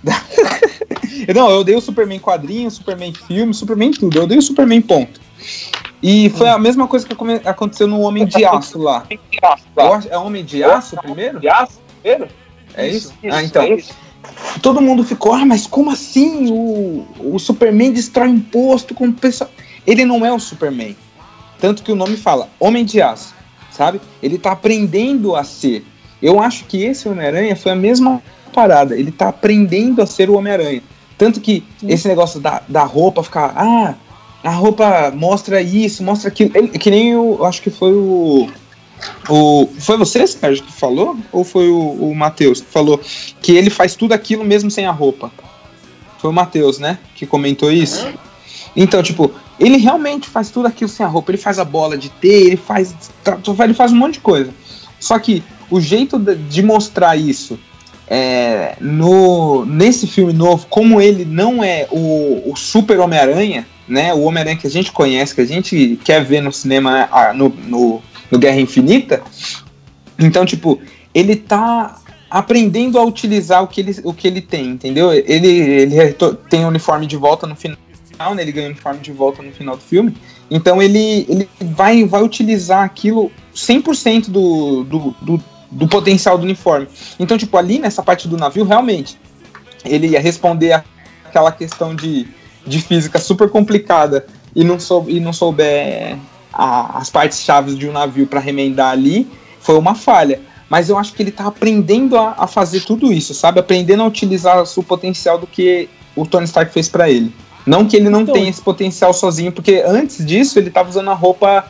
Não, eu odeio o Superman quadrinho, Superman filme, Superman tudo. Eu odeio o Superman ponto. E foi a mesma coisa que aconteceu no Homem de Aço lá. Eu acho, é Homem de Aço primeiro? De Aço primeiro? É isso? isso? Ah, então. É isso. Todo mundo ficou, ah, mas como assim? O, o Superman destrói um posto com o pessoal. Ele não é o Superman. Tanto que o nome fala Homem de Aço, sabe? Ele tá aprendendo a ser. Eu acho que esse Homem-Aranha foi a mesma parada. Ele tá aprendendo a ser o Homem-Aranha. Tanto que Sim. esse negócio da, da roupa ficar... Ah, a roupa mostra isso, mostra aquilo. Ele, que nem eu acho que foi o... o foi você, Sérgio, que falou? Ou foi o, o Matheus que falou que ele faz tudo aquilo mesmo sem a roupa? Foi o Matheus, né? Que comentou isso. Então, tipo, ele realmente faz tudo aquilo sem a roupa. Ele faz a bola de T, ele faz, ele faz um monte de coisa. Só que o jeito de mostrar isso é, no, nesse filme novo, como ele não é o, o super Homem-Aranha, né? O Homem-Aranha que a gente conhece, que a gente quer ver no cinema, no, no, no Guerra Infinita. Então, tipo, ele tá aprendendo a utilizar o que ele, o que ele tem, entendeu? Ele, ele tem o uniforme de volta no final. Né, ele ganha o uniforme de volta no final do filme, então ele, ele vai, vai utilizar aquilo cem por cento do, do, do, do potencial do uniforme. Então, tipo, ali nessa parte do navio, realmente, ele ia responder aquela questão de, de física super complicada e não, soube, e não souber a, as partes chaves de um navio para remendar ali, foi uma falha. Mas eu acho que ele tá aprendendo a, a fazer tudo isso, sabe? Aprendendo a utilizar o potencial do que o Tony Stark fez para ele. Não que ele não então, tenha esse potencial sozinho, porque antes disso ele tava usando a roupa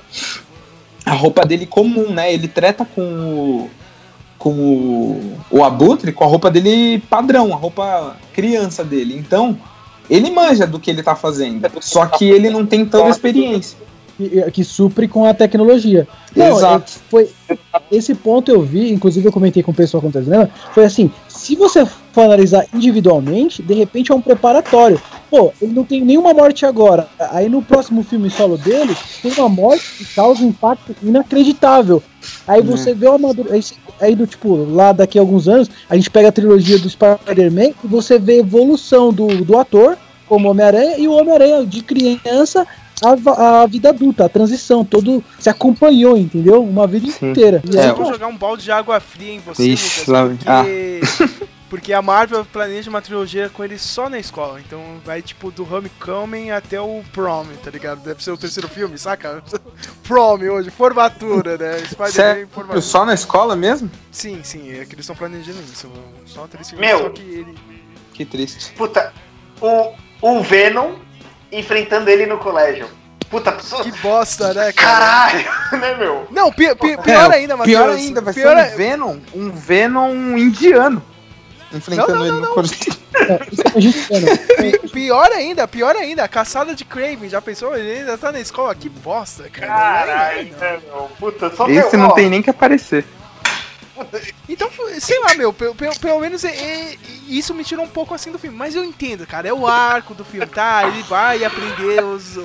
a roupa dele comum, né? Ele treta com o, com o, o Abutre com a roupa dele padrão, a roupa criança dele. Então, ele manja do que ele tá fazendo, só que ele não tem tanta experiência. Que, que supre com a tecnologia. Não, Exato. É, foi, esse ponto eu vi, inclusive eu comentei com o pessoal que né? Foi assim, se você for analisar individualmente, de repente é um preparatório. Pô, ele não tem nenhuma morte agora. Aí no próximo filme solo dele, tem uma morte que causa um impacto inacreditável. Aí você uhum. vê uma aí, aí do tipo, lá daqui a alguns anos, a gente pega a trilogia do Spider-Man e você vê a evolução do, do ator, como Homem-Aranha, e o Homem-Aranha de criança A, a vida adulta, a transição, todo se acompanhou, entendeu? Uma vida Sim. inteira. E é, eu vou jogar um balde de água fria em você, Ixi, Lucas, porque... Ah. porque a Marvel planeja uma trilogia com ele só na escola. Então vai tipo do Homecoming até o Prom, tá ligado? Deve ser o terceiro filme, saca? Prom hoje, formatura, né? Spider-Man, formatura. Só na escola mesmo? Sim, sim, é que eles estão planejando isso. Só três filmes, Meu, só que ele... Que triste. Puta, o, o Venom enfrentando ele no colégio. Puta, pessoa... Que bosta, né, cara? Caralho, né, meu? Não, pi pi pior é, ainda, Matheus. Pior ainda, vai pior ser um Venom, um Venom indiano. Enfrentando não, não, ele no colégio. Pi pior ainda, pior ainda, a caçada de Kraven, já pensou? Ele ainda tá na escola, que bosta, cara. Caralho, né, meu? Puta, só Esse meu, não ó. tem nem que aparecer. Então, sei lá, meu, pelo, pelo, pelo menos é, é, isso me tirou um pouco assim do filme. Mas eu entendo, cara, é o arco do filme, tá? Ele vai aprender os, o,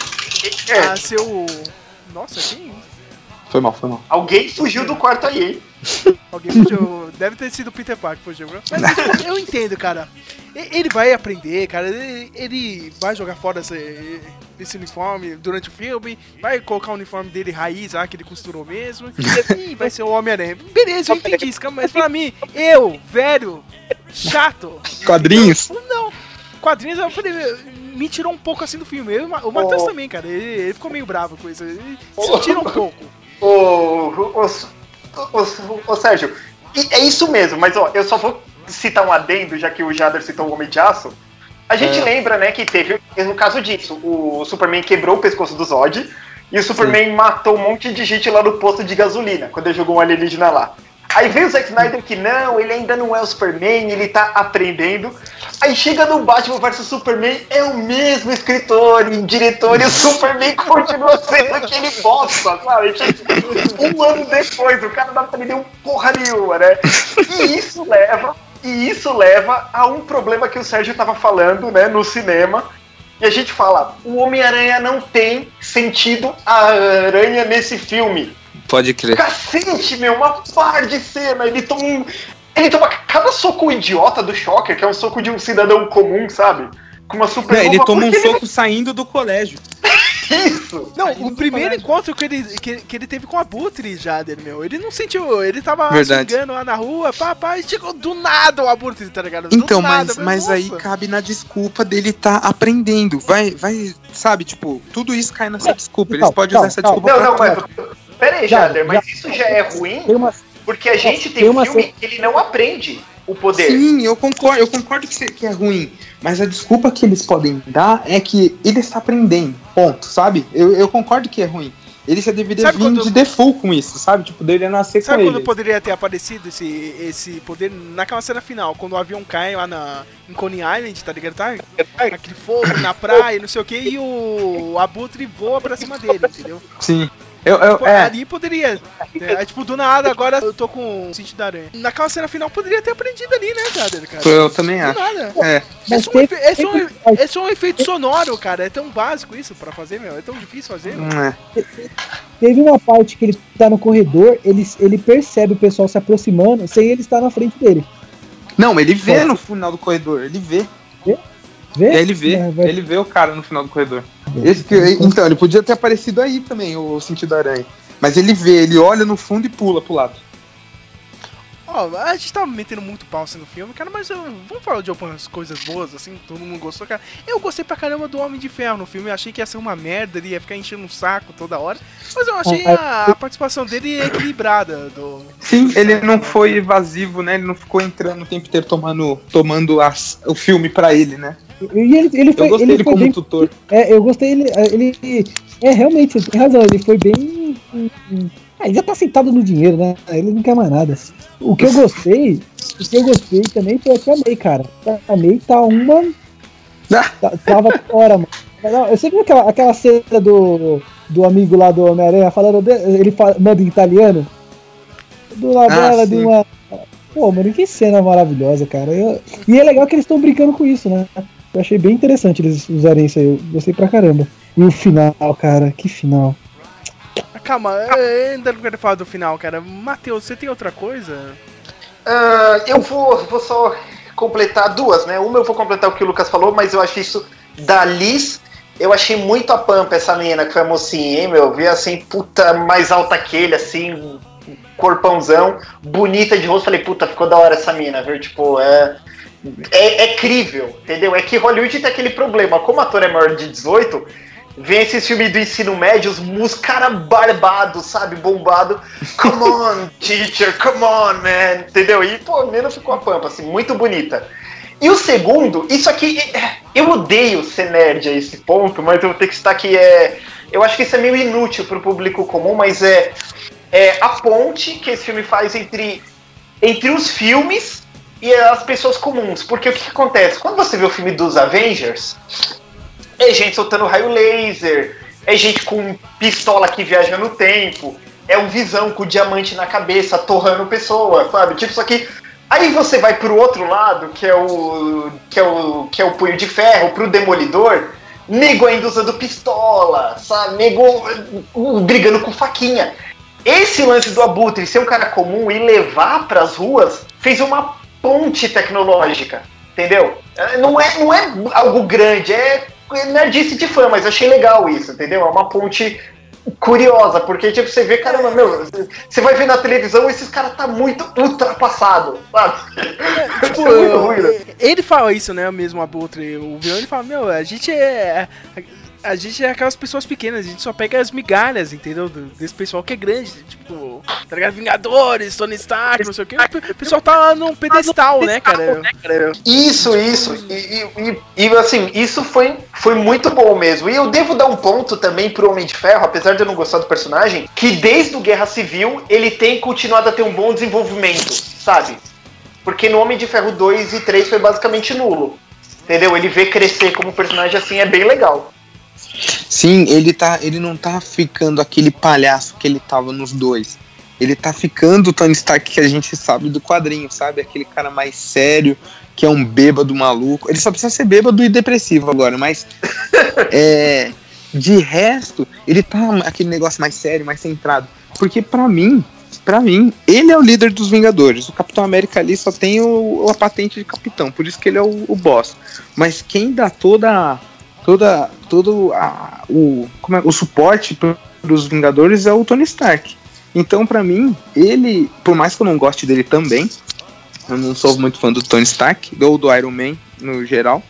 a ser o... Nossa, quem? Foi mal, foi mal. Alguém fugiu do quarto aí, hein? Alguém fugiu, deve ter sido o Peter Parker que fugiu, mas tipo, eu entendo, cara. Ele vai aprender, cara, ele, ele vai jogar fora esse, esse uniforme durante o filme, vai colocar o uniforme dele raiz, ah, que ele costurou mesmo, e vai ser o Homem-Aranha. Beleza, eu entendi isso, mas pra mim, eu, velho, chato... Quadrinhos? Eu, não, quadrinhos, eu falei, me tirou um pouco assim do filme. Eu, o Matheus oh. também, cara, ele, ele ficou meio bravo com isso, ele oh. se tira um pouco. Ô, ô, ô, ô, Sérgio, é isso mesmo, mas ó, eu só vou citar um adendo, já que o Jader citou o Homem de Aço. A gente é. lembra, né, que teve, no caso disso, o Superman quebrou o pescoço do Zod e o Superman Sim. matou um monte de gente lá no posto de gasolina, quando ele jogou um alienígena lá. Aí vem o Zack Snyder que não, ele ainda não é o Superman, ele tá aprendendo. Aí chega no Batman versus Superman, é o mesmo escritor e diretor, e o Superman continua sendo aquele bosta, sabe? Um ano depois, o cara não aprendeu porra nenhuma, né? E isso leva, e isso leva a um problema que o Sérgio tava falando, né, no cinema. E a gente fala, o Homem-Aranha não tem sentido a aranha nesse filme. Pode crer. Cacete, meu, uma par de cena. Ele toma um... Ele toma cada soco idiota do Shocker, que é um soco de um cidadão comum, sabe? Com uma super... É, ele toma um soco ele... saindo do colégio. Isso! Não, Aí o primeiro encontro que ele, que, que ele teve com a Abutre, Jader, meu, ele não sentiu, ele tava xingando lá na rua, papai, e chegou do nada o Abutre, tá ligado? Do então, nada, mas, mas aí cabe na desculpa dele tá aprendendo, vai, vai, sabe, tipo, tudo isso cai nessa desculpa, eles podem usar essa desculpa não, pra não, mas, pera aí, Jader, mas isso já é ruim? Tem uma, Porque a gente Nossa, tem, tem um uma filme cena- que ele não aprende o poder. Sim, eu concordo, eu concordo que, que é ruim. Mas a desculpa que eles podem dar é que ele está aprendendo. Ponto, sabe? Eu, eu concordo que é ruim. Ele já deveria Sabe vir quando- de default com isso, sabe? Tipo, deveria nascer Sabe com quando ele. poderia ter aparecido esse, esse poder? Naquela cena final, quando o avião cai lá na, em Coney Island, tá ligado? Tá? Aquele fogo na praia, não sei o que, e o Abutre voa pra cima dele, entendeu? Sim. Eu, eu, Pô, é, Ali poderia. É, tipo, do nada, agora eu tô com o sentido da aranha. Naquela cena final poderia ter aprendido ali, né, Jader, cara? eu também Do acho. nada. É. É Mas só, um tem- efe- é, só um, tem- é só um efeito sonoro, cara. É tão básico isso pra fazer, meu. É tão difícil fazer. Meu. Hum, é. Teve uma parte que ele tá no corredor, ele, ele percebe o pessoal se aproximando sem ele estar na frente dele. Não, ele vê no final do corredor, ele vê. Vê? Ele vê, É, vai- ele vê o cara no final do corredor. Esse que, então, ele podia ter aparecido aí também, o sentido da aranha. Mas ele vê, ele olha no fundo e pula pro lado. Ó, a gente tá metendo muito pau assim no filme, cara, mas eu, vamos falar de algumas coisas boas, assim, todo mundo gostou, cara. Eu gostei pra caramba do Homem de Ferro no filme, eu achei que ia ser uma merda, ele ia ficar enchendo um saco toda hora, mas eu achei a, a participação dele equilibrada. Do, Sim, ele não foi evasivo, né? Ele não ficou entrando o tempo inteiro tomando, tomando as, o filme pra ele, né? E ele, ele foi, Eu gostei ele dele foi como bem, tutor. é, eu gostei ele, ele é realmente, você tem razão, ele foi bem, ah, ele já tá sentado no dinheiro, né? Ele não quer mais nada. O que eu gostei, o que eu gostei também foi a Tia May, cara. A May tá uma, Ah, tá, tava fora, mano. Não, você viu aquela, aquela cena do, do amigo lá do Homem-Aranha falando, de- ele fala, manda em italiano? Do lado Ah, dela, sim. de uma... Pô, mano, que cena maravilhosa, cara. Eu- E é legal que eles estão brincando com isso, né? Eu achei bem interessante eles usarem isso aí. Eu gostei pra caramba. E o final, cara, que final. Ah, calma, eu ainda não quero falar do final, cara. Matheus, você tem outra coisa? Ah, eu vou, vou só completar duas, né? Uma eu vou completar o que o Lucas falou, mas eu acho isso da Liz. Eu achei muito a pampa essa menina que foi a mocinha, hein, meu? Vi assim, puta, mais alta que ele, assim, corpãozão, bonita de rosto. Falei, puta, ficou da hora essa mina, viu? Tipo, é. É, é crível, entendeu? É que Hollywood tem aquele problema. Como ator é maior de dezoito, vem esses filmes do ensino médio, os caras barbados, sabe? Bombado. Come on, teacher, come on, man. Entendeu? E, pô, a menina ficou a pampa, assim, muito bonita. E o segundo, isso aqui, eu odeio ser nerd a esse ponto, mas eu vou ter que citar que é. Eu acho que isso é meio inútil pro público comum, mas é, é a ponte que esse filme faz entre, entre os filmes e as pessoas comuns. Porque o que, que acontece? Quando você vê o filme dos Avengers, é gente soltando raio laser, é gente com pistola que viaja no tempo, é um Visão com diamante na cabeça, torrando pessoa, sabe? Tipo, isso aqui. Aí você vai pro outro lado, que é o que é o, que é o Punho de Ferro, pro Demolidor, nego ainda usando pistola, sabe? Nego uh, brigando com faquinha. Esse lance do Abutre ser um cara comum e levar pras ruas fez uma ponte tecnológica, entendeu? Não é, não é algo grande, é nerdice de fã, mas eu achei legal isso, entendeu? É uma ponte curiosa, porque tipo, você vê, caramba, meu, você vai ver na televisão esses caras tá muito ultrapassado, sabe? Tipo, Isso é muito ruim, né? ele fala isso, né, mesmo Abutre, o vilão, ele fala, meu, a gente é... A gente é aquelas pessoas pequenas, a gente só pega as migalhas, entendeu? Desse pessoal que é grande, tipo, tá ligado? Vingadores, Tony Stark, não sei o que. O pessoal tá lá num pedestal, né, cara? Isso, isso. E, e, e, e, assim, isso foi, foi muito bom mesmo. E eu devo dar um ponto também pro Homem de Ferro, apesar de eu não gostar do personagem, que desde o Guerra Civil ele tem continuado a ter um bom desenvolvimento, sabe? Porque no Homem de Ferro dois e três foi basicamente nulo. Entendeu? Ele vê crescer como personagem assim é bem legal. sim, ele, tá, ele não tá ficando aquele palhaço que ele tava nos dois. Ele tá ficando o Tony Stark que a gente sabe do quadrinho, sabe? Aquele cara mais sério, que é um bêbado maluco. Ele só precisa ser bêbado e depressivo agora, mas é, de resto, ele tá aquele negócio mais sério, mais centrado. Porque pra mim, pra mim, ele é o líder dos Vingadores. O Capitão América ali só tem o, a patente de capitão, por isso que ele é o, o boss. Mas quem dá toda... toda todo a, o, como é, o suporte para os Vingadores é o Tony Stark. Então, pra mim, ele, por mais que eu não goste dele também, eu não sou muito fã do Tony Stark ou do Iron Man no geral,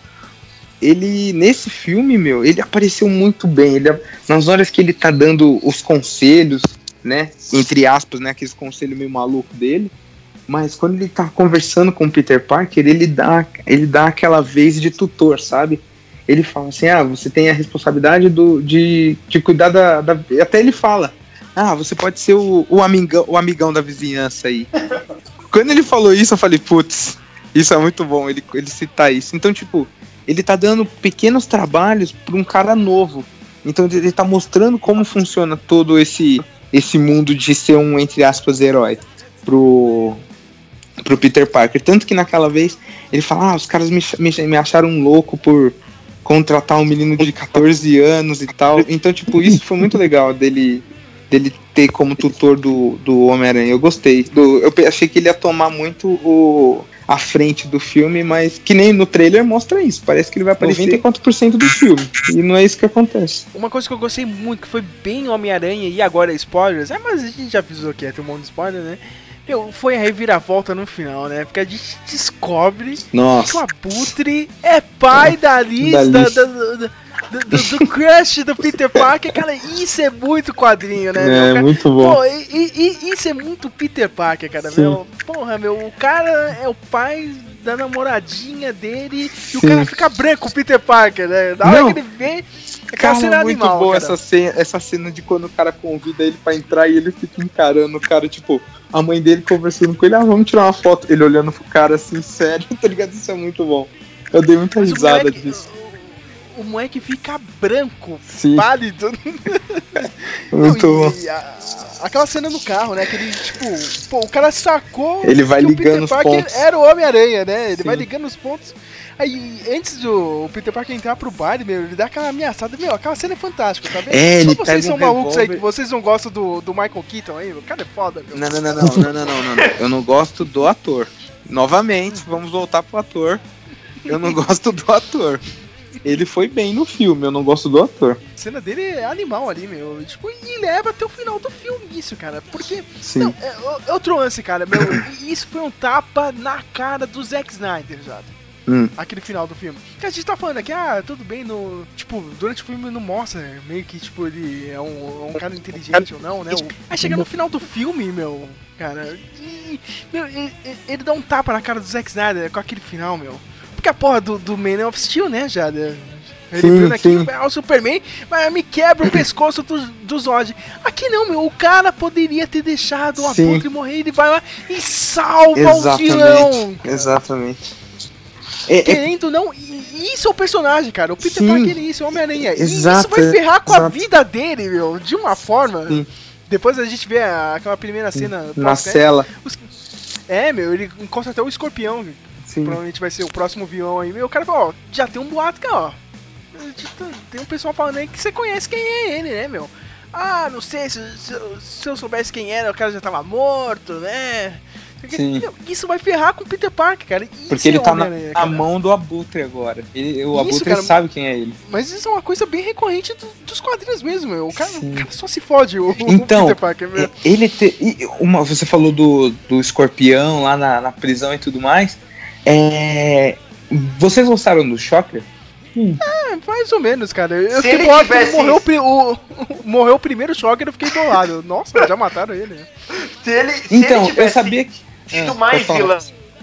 ele, nesse filme, meu, ele apareceu muito bem. Ele, nas horas que ele tá dando os conselhos, né? Entre aspas, né? Aqueles conselhos meio maluco dele. Mas quando ele tá conversando com o Peter Parker, ele dá, ele dá aquela vez de tutor, sabe? Ele fala assim, ah, você tem a responsabilidade do, de, de cuidar da, da... Até ele fala, ah, você pode ser o, o, amigão, o amigão da vizinhança aí. Quando ele falou isso, eu falei, putz, isso é muito bom, ele, ele citar isso. Então, tipo, ele tá dando pequenos trabalhos pra um cara novo. Então ele tá mostrando como funciona todo esse, esse mundo de ser um, entre aspas, herói pro... pro Peter Parker, tanto que naquela vez ele fala, ah, os caras me, me, me acharam louco por contratar um menino de catorze anos e tal, então tipo, isso foi muito legal dele, dele ter como tutor do, do Homem-Aranha, eu gostei, do, eu achei que ele ia tomar muito o, a frente do filme, mas que nem no trailer mostra isso, parece que ele vai aparecer noventa e quatro por cento do filme, e não é isso que acontece. Uma coisa que eu gostei muito, que foi bem Homem-Aranha, e agora spoilers, é, mas a gente já avisou que ia ter um monte de spoiler, né? Meu, foi a reviravolta no final, né? Porque a gente descobre Nossa. que o Abutre é pai da Liz, da Liz. Da, da, da, do, do, do crush do Peter Parker. Cara, isso é muito quadrinho, né? É, meu? Cara, muito bom. Pô, e, e, isso é muito Peter Parker, cara. Meu, porra, meu, o cara é o pai da namoradinha dele Sim. e o cara fica branco, o Peter Parker, né? Na hora Não. que ele vê... Cara, cena é muito animal, boa cara. essa cena, essa cena de quando o cara convida ele pra entrar e ele fica encarando o cara, tipo, a mãe dele conversando com ele, ah, vamos tirar uma foto, ele olhando pro cara assim, sério, tá ligado? Isso é muito bom. Eu dei muita Mas risada o moleque, disso. O, o moleque fica branco, Sim. pálido. Muito Não, bom. e a, aquela cena no carro, né? Que ele, tipo, pô, o cara sacou Ele vai que ligando o os Peter Parker pontos. era o Homem-Aranha, né? Ele Sim. vai ligando os pontos. Aí, antes do Peter Parker entrar pro baile, meu, ele dá aquela ameaçada. Meu, aquela cena é fantástica, tá vendo? É, Só ele vocês pega são um malucos aí, revólver. que vocês não gostam do, do Michael Keaton aí, meu. O cara é foda, meu. Não, não, não, não, não, não, não, não, não. Eu não gosto do ator. Novamente, vamos voltar pro ator. Eu não gosto do ator. Ele foi bem no filme, eu não gosto do ator. A cena dele é animal ali, meu. Tipo, e leva até o final do filme isso, cara. Porque. Sim. Não, é, é outro lance, cara. Meu, isso foi um tapa na cara do Zack Snyder, já. Hum. Aquele final do filme. Que a gente tá falando aqui, ah, tudo bem, no. Tipo, durante o filme não mostra meio que, tipo, ele é um, um cara inteligente ou não, né? Aí chega no final do filme, meu, cara. E, meu, ele, ele dá um tapa na cara do Zack Snyder com aquele final, meu. Porque a porra do, do Man of Steel, né, já. Ele sim, aqui, sim. Ah, o Superman, mas me quebra o pescoço do, do Zod. Aqui não, meu, o cara poderia ter deixado o Abutre morrer, ele vai lá e salva Exatamente. o vilão. Exatamente. Querendo ou não, isso é o personagem, cara. O Peter Sim. Parker é isso, é o Homem-Aranha. E Exato, isso vai ferrar com exato. a vida dele, meu, de uma forma. Sim. Depois a gente vê a, aquela primeira cena na cela. Os... É, meu, ele encontra até o escorpião. Sim. Provavelmente vai ser o próximo vilão aí. Meu, o cara fala, ó, já tem um boato cá, ó. Tem um pessoal falando aí que você conhece quem é ele, né, meu? Ah, não sei, se, se, se eu soubesse quem era, o cara já tava morto, né? Sim. Meu, isso vai ferrar com o Peter Parker, cara. Isso Porque ele é tá na, Homem-Aranha, na mão do Abutre agora. Ele, o Isso, Abutre cara, sabe quem é ele. Mas isso é uma coisa bem recorrente do, dos quadrinhos mesmo, meu. O cara, o cara só se fode, o, então, o Peter Parker, meu. Ele te, uma, você falou do, do escorpião lá na, na prisão e tudo mais. É, vocês gostaram do Shocker? Hum. É, mais ou menos, cara. Eu Se fiquei bolado tivesse... quando morreu o, o, morreu o primeiro Shocker, eu fiquei bolado. Nossa, já mataram ele, né? Se ele, se então, ele tivesse eu sabia que... sido Ah, mais vilão,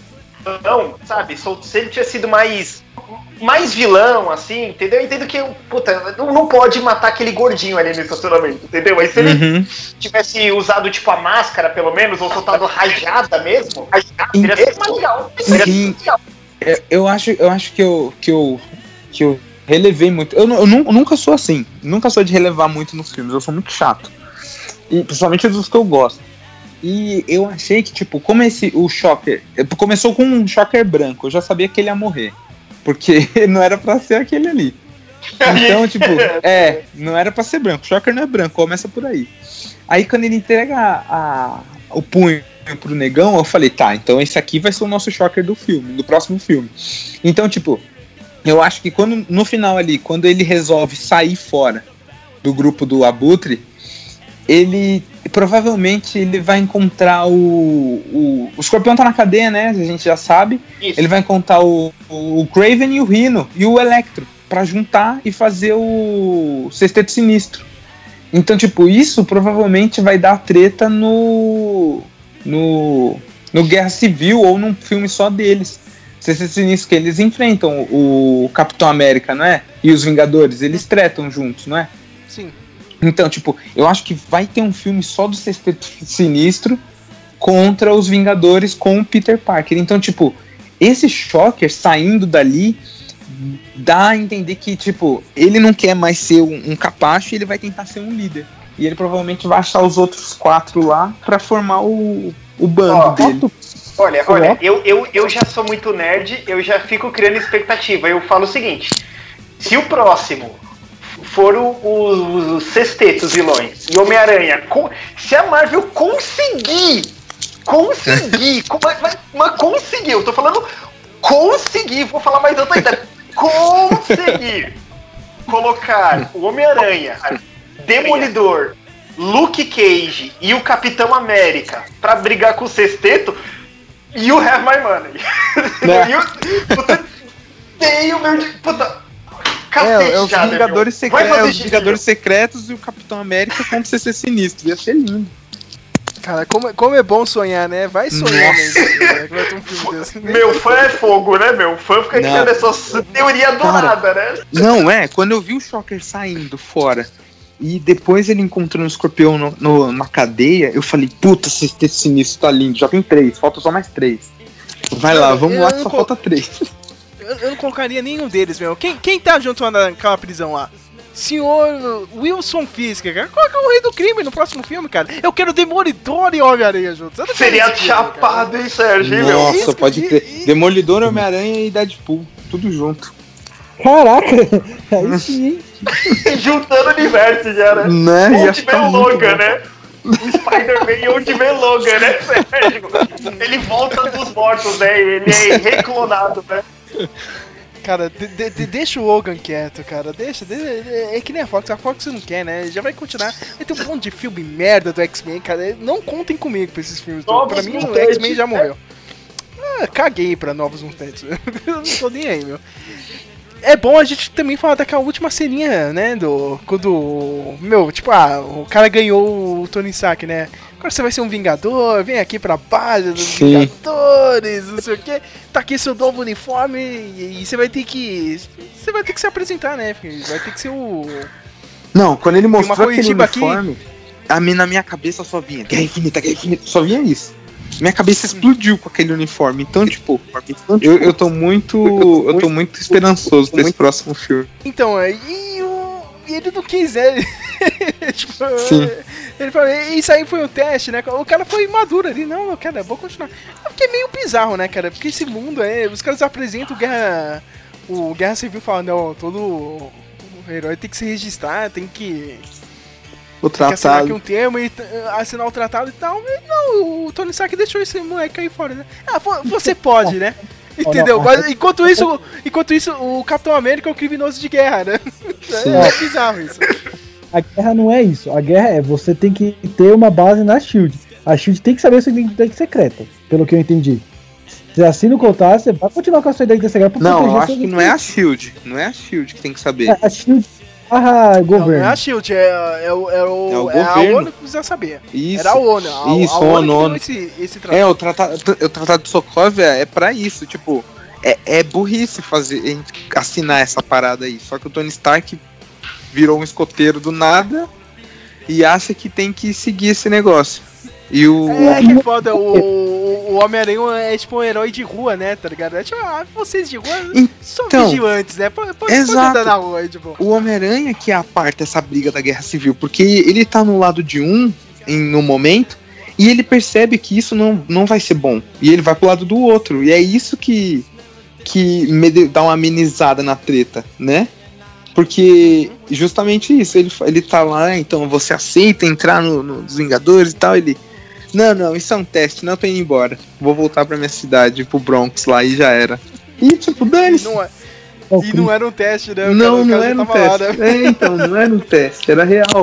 não, sabe? Se ele tivesse sido mais mais vilão, assim, entendeu? Eu entendo que, puta, não, não pode matar aquele gordinho ali no estacionamento, entendeu? Mas se ele Uhum. tivesse usado, tipo, a máscara, pelo menos, ou soltado rajada mesmo, rajada, Em- seria ser mais legal. Seria Sim. legal. Eu, eu acho, eu acho que eu, que eu, que eu relevei muito. Eu, nu- eu nu- nunca sou assim. Nunca sou de relevar muito nos filmes. Eu sou muito chato. E principalmente dos que eu gosto. E eu achei que, tipo, como esse, o Shocker... Começou com um Shocker branco. Eu já sabia que ele ia morrer. Porque não era pra ser aquele ali. Então, tipo, é, não era pra ser branco. Shocker não é branco, começa por aí. Aí quando ele entrega a, a, o punho pro negão, eu falei, tá, então esse aqui vai ser o nosso Shocker do filme, do próximo filme. Então, tipo, eu acho que quando no final ali, quando ele resolve sair fora do grupo do Abutre, ele provavelmente ele vai encontrar o, o... O Escorpião tá na cadeia, né? A gente já sabe. Isso. Ele vai encontrar o, o Kraven e o Rhino e o Electro pra juntar e fazer o Sexteto Sinistro. Então, tipo, isso provavelmente vai dar treta no. no. no Guerra Civil ou num filme só deles. C C Sinistro, que eles enfrentam o Capitão América, não é? E os Vingadores, eles tretam juntos, não é? Sim. Então, tipo, eu acho que vai ter um filme só do Sexteto Sinistro contra os Vingadores com o Peter Parker. Então, tipo, esse Shocker saindo dali dá a entender que, tipo, ele não quer mais ser um, um capacho e ele vai tentar ser um líder. E ele provavelmente vai achar os outros quatro lá pra formar o, o bando Ó, dele. Olha, olha, eu, eu, eu já sou muito nerd, eu já fico criando expectativa. Eu falo o seguinte: se o próximo for o, o, os sextetos vilões e Homem-Aranha, com, se a Marvel conseguir, conseguir, com, mas, mas conseguir, eu tô falando conseguir, vou falar mais alto ainda, conseguir colocar o Homem-Aranha, Demolidor, Luke Cage e o Capitão América pra brigar com o sexteto, you have my money. you, puta, tem o meu... Puta, é, é os já, Vingadores, secre é, os Vingadores Secretos e o Capitão América contra o C C Sinistro. Ia ser lindo. Cara, como, como é bom sonhar, né? Vai sonhar, né? Vai ter um filme desse. Meu fã é fogo, né, meu? Fã fica criando essas teorias do Cara, nada, né? Não, é, quando eu vi o Shocker saindo fora e depois ele encontrando o Escorpião no, no, na cadeia, eu falei, puta, esse Sinistro tá lindo, já tem três, falta só mais três. Vai lá, vamos eu lá que só co- falta três. Eu, eu não colocaria nenhum deles, meu. Quem, quem tá junto naquela prisão lá? Senhor Wilson Fisk, cara. Qual que é o rei do crime no próximo filme, cara? Eu quero Demolidor e Homem-Aranha juntos. Seria chapado, hein, Sérgio? Nossa, Isso, pode e- ter. e- Demolidor, Homem-Aranha e Deadpool, tudo junto. Caraca, aí sim, hein? Juntando o universo já, né? Né? Ia Onde ficar vem o muito Logan, bom. né? O Spider-Man e onde vem o Logan, né, Sérgio? Ele volta dos mortos, né? Ele é reclonado, né? Cara, de- de- de- deixa o Logan quieto, cara. Deixa, de- de- é que nem a Fox. A Fox não quer, né? Já vai continuar. Vai ter um monte de filme merda do X-Men, cara. Não contem comigo pra esses filmes. Novos Pra mim, o Mutantes, X-Men já morreu. Ah, caguei pra Novos Mutantes. Eu não tô nem aí, meu. É bom a gente também falar daquela última ceninha, né? Do. Quando. Meu, tipo, ah, o cara ganhou o Tony Stark, né? Agora você vai ser um Vingador, vem aqui pra base dos Sim. Vingadores, não sei o que. Tá aqui seu novo uniforme e, e você vai ter que. Você vai ter que se apresentar, né? Porque vai ter que ser o. Não, quando ele uma mostrou aquele coletiva aqui. uniforme, a mim, na minha cabeça só vinha Guerra Infinita, Guerra Infinita, só vinha isso. Minha cabeça explodiu com aquele uniforme. Então, tipo, eu, eu tô muito. Eu tô muito esperançoso pra esse próximo filme. Então, aí o. E ele não quis, né? tipo, Sim. Ele falou, isso aí foi um teste, né? O cara foi maduro ali, não, cara, vou continuar. É porque é meio bizarro, né, cara? Porque esse mundo é. Os caras apresentam o Guerra. O Guerra Civil fala, não, todo herói tem que se registrar, tem que. O Tem que assinar aqui tratado. um termo e t- assinar o tratado e tal. E não, o Tony Stark deixou esse moleque cair fora, né? Ah, vo- você pode, né? Entendeu? Mas enquanto isso, enquanto isso, o Capitão América é um criminoso de guerra, né? É, é bizarro isso. A guerra não é isso. A guerra é você tem que ter uma base na SHIELD. A SHIELD tem que saber a sua identidade secreta, pelo que eu entendi. Você assina o contrato, você vai continuar com a sua identidade secreta pra Não, eu proteger acho seus que não é a SHIELD. Não é a SHIELD que tem que saber. É, a SHIELD barra Não, não governo. é a SHIELD, é, é, o, é, o, É o é a governo. ONU que precisa saber. Isso. Era a ONU. A, Isso, a ONU que ONU. deu esse, esse tratado. É, o tratado, o tratado de Sokovia é pra isso, tipo, é, é burrice fazer, assinar essa parada aí. Só que o Tony Stark virou um escoteiro do nada e acha que tem que seguir esse negócio. E o. É que foda, o, o Homem-Aranha é tipo um herói de rua, né, tá ligado? É tipo, ah, vocês de rua são Então, vigilantes, né? Pode, pode, pode exato. andar na rua aí, tipo. O Homem-Aranha que aparta essa briga da Guerra Civil, porque ele tá no lado de um em no momento e ele percebe que isso não, não vai ser bom. E ele vai pro lado do outro. E é isso que, que me dá uma amenizada na treta, né? Porque justamente isso, ele, ele tá lá, então você aceita entrar no, nos Vingadores e tal, ele... Não, não, isso é um teste, não tô indo embora. Vou voltar pra minha cidade, pro Bronx lá, e já era. E tipo, E dane-se. não, é- e não era um teste, né? O Não, cara- o não cara já era um tava lá, teste. né? É, então, não era um teste, era real.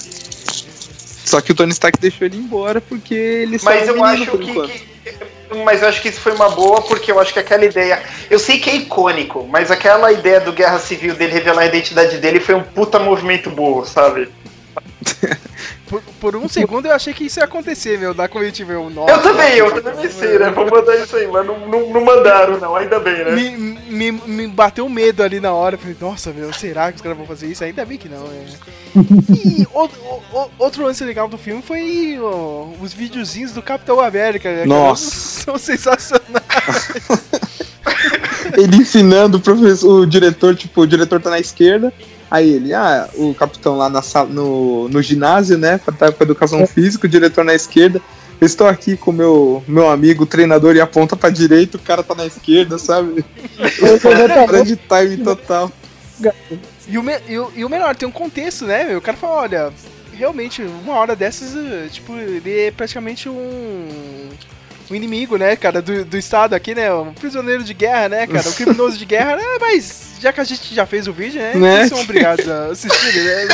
Só que o Tony Stark deixou ele embora porque ele só Mas é um eu menino acho por que, enquanto. que- Mas eu acho que isso foi uma boa, porque eu acho que aquela ideia. Eu sei que é icônico, mas aquela ideia do Guerra Civil dele revelar a identidade dele foi um puta movimento burro, sabe? Por, por um segundo eu achei que isso ia acontecer, meu, da comitiva. Eu, nossa, eu também, eu também pensei, né? Vou mandar isso aí, mas não, não, não mandaram, não, ainda bem, né? Me, me, me bateu medo ali na hora. Falei, nossa, meu, será que os caras vão fazer isso? Ainda bem que não, né? E o, o, outro lance legal do filme foi ó, os videozinhos do Capitão América. Né, nossa! São sensacionais. Ele ensinando o professor, o diretor, tipo, o diretor tá na esquerda. Aí ele, ah, o capitão lá na sala, no, no ginásio, né, pra com educação física, o diretor na esquerda. Eu estou aqui com o meu, meu amigo, o treinador, e aponta pra direita, o cara tá na esquerda, sabe? Grande time total. E o, me, e, o, e o melhor, tem um contexto, né? O cara fala, olha, realmente, uma hora dessas, tipo, ele é praticamente um... um inimigo, né, cara, do, do Estado aqui, né, um prisioneiro de guerra, né, cara, um criminoso de guerra, né, mas já que a gente já fez o vídeo, né, né? Vocês são obrigados a assistir, né,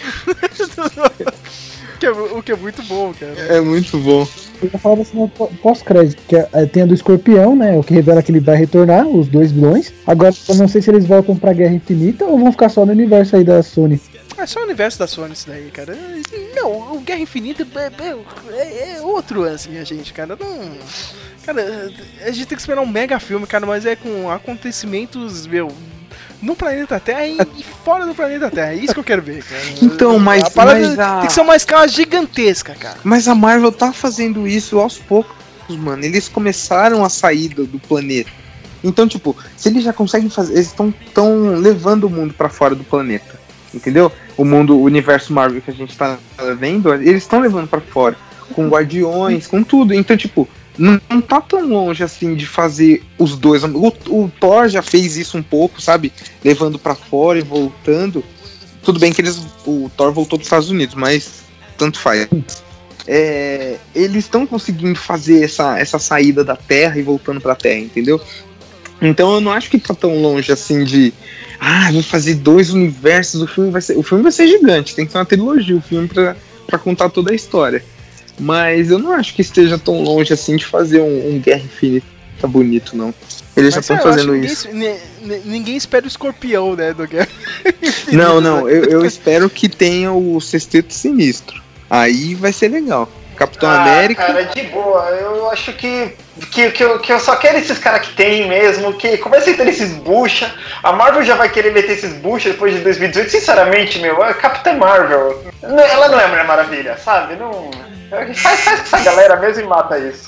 que é, o que é muito bom, cara. É muito bom. Eu ia falar assim, pós-crédito, que é, tem a do Escorpião, né, o que revela que ele vai retornar, os dois vilões. Agora, eu não sei se eles voltam pra Guerra Infinita ou vão ficar só no universo aí da Sony. É só o universo da Sony isso daí, cara. Não, o Guerra Infinita é, é, é outro lance, minha gente, cara. Não... Cara, a gente tem que esperar um mega filme, cara, mas é com acontecimentos, meu, no planeta Terra e fora do planeta Terra. É isso que eu quero ver, cara. Então, mas... A parada mas a... tem que ser uma escala gigantesca, cara. Mas a Marvel tá fazendo isso aos poucos, mano. Eles começaram a sair do, do planeta. Então, tipo, se eles já conseguem fazer... Eles estão tão levando o mundo pra fora do planeta. Entendeu? O mundo, o universo Marvel que a gente tá vendo, eles estão levando pra fora. Com Guardiões, com tudo. Então, tipo, não, não tá tão longe assim de fazer os dois. O, o Thor já fez isso um pouco, sabe? Levando pra fora e voltando. Tudo bem que eles, o Thor voltou pros Estados Unidos, mas tanto faz. É, eles estão conseguindo fazer essa, essa saída da Terra e voltando pra Terra, entendeu? Então eu não acho que tá tão longe assim de... Ah, vou fazer dois universos, o filme vai ser... O filme vai ser gigante, tem que ser uma trilogia, o filme pra, pra contar toda a história. Mas eu não acho que esteja tão longe assim de fazer um, um Guerra Infinita bonito, não. Eles Mas, já estão fazendo isso. Ninguém, ninguém espera o Escorpião, né, do Guerra Infinita. Não, não, eu, eu espero que tenha o Sexteto Sinistro. Aí vai ser legal. Capitão ah, América. Cara, de boa. Eu acho que, que, que, eu, que eu só quero esses caras que tem mesmo, que comecem a ter esses bucha. A Marvel já vai querer meter esses bucha depois de dois mil e dezoito. Sinceramente, meu, a Capitã Marvel, ela não é Mulher Maravilha, sabe? Não, faz, faz com essa galera mesmo e mata isso.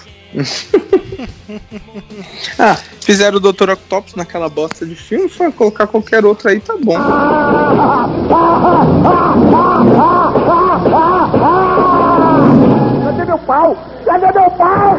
Ah, fizeram o doutor Octopus naquela bosta de filme, foi colocar qualquer outro aí, tá bom. Cadê meu pau? Cadê meu pau?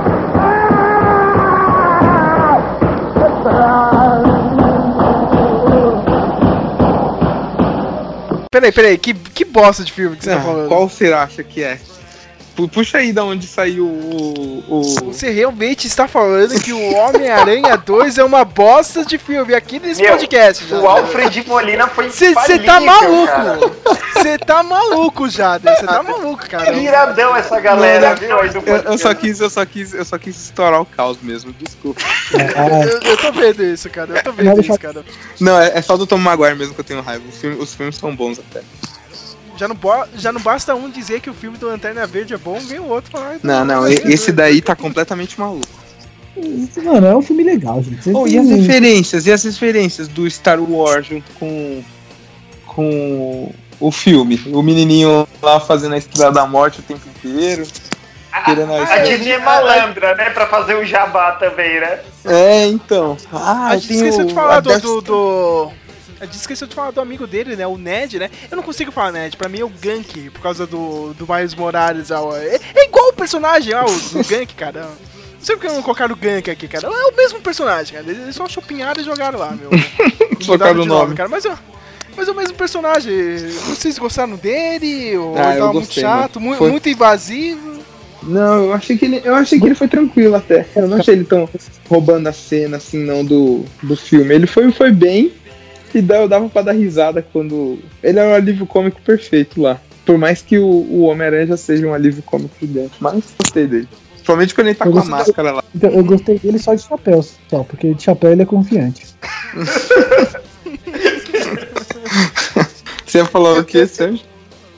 Peraí, peraí, que, que bosta de filme que você ah, tá falando? Qual você acha que é? Puxa aí da onde saiu o, o... Você realmente está falando que o Homem-Aranha dois é uma bosta de filme aqui nesse Meu, podcast. Já, o Alfred Molina foi Você tá maluco! Você tá maluco, Jader. Você tá maluco, cara. Iradão essa galera, viu? Aí do eu, eu só quis, eu só quis, eu só quis estourar o caos mesmo, desculpa. eu, eu tô vendo isso, cara. Eu tô vendo isso, cara. Não, é, é só do Tom Maguire mesmo que eu tenho raiva. Os filmes, os filmes são bons até. Já não, já não basta um dizer que o filme do Lanterna Verde é bom, vem o outro falar... Não, não, esse daí tá completamente maluco. Mano, é um filme legal, gente. Oh, e as referências? E as referências do Star Wars junto com... Com o filme? O menininho lá fazendo a Estrela da Morte o tempo inteiro. A, a, a Disney é malandra, né? Pra fazer o jabá também, né? É, então. Ah, a gente esqueceu de falar do... do, do... A gente esqueceu de falar do amigo dele, né? O Ned, né? Eu não consigo falar Ned, pra mim é o Gank, por causa do, do Miles Morales. Ó. É, é igual o personagem, ó, o, o Gank, cara. Não sei porque não colocaram o Gank aqui, cara. É o mesmo personagem, cara. Eles só chupinharam e jogaram lá, meu. Trocaram o nome. Cara. Mas, mas é o mesmo personagem. Vocês gostaram dele? Ou ah, ele tava gostei, muito chato, mu foi... muito invasivo? Não, eu achei que ele, eu achei que ele foi tranquilo até. Eu não achei ele tão roubando a cena assim, não, do, do filme. Ele foi, foi bem. E eu dava pra dar risada quando... Ele é um alívio cômico perfeito lá. Por mais que o, o Homem-Aranha já seja um alívio cômico dentro. Mas gostei dele. Principalmente quando ele tá eu com a máscara lá. Então, eu gostei dele só de chapéu, só. Porque de chapéu ele é confiante. Você ia falar o quê, Sérgio?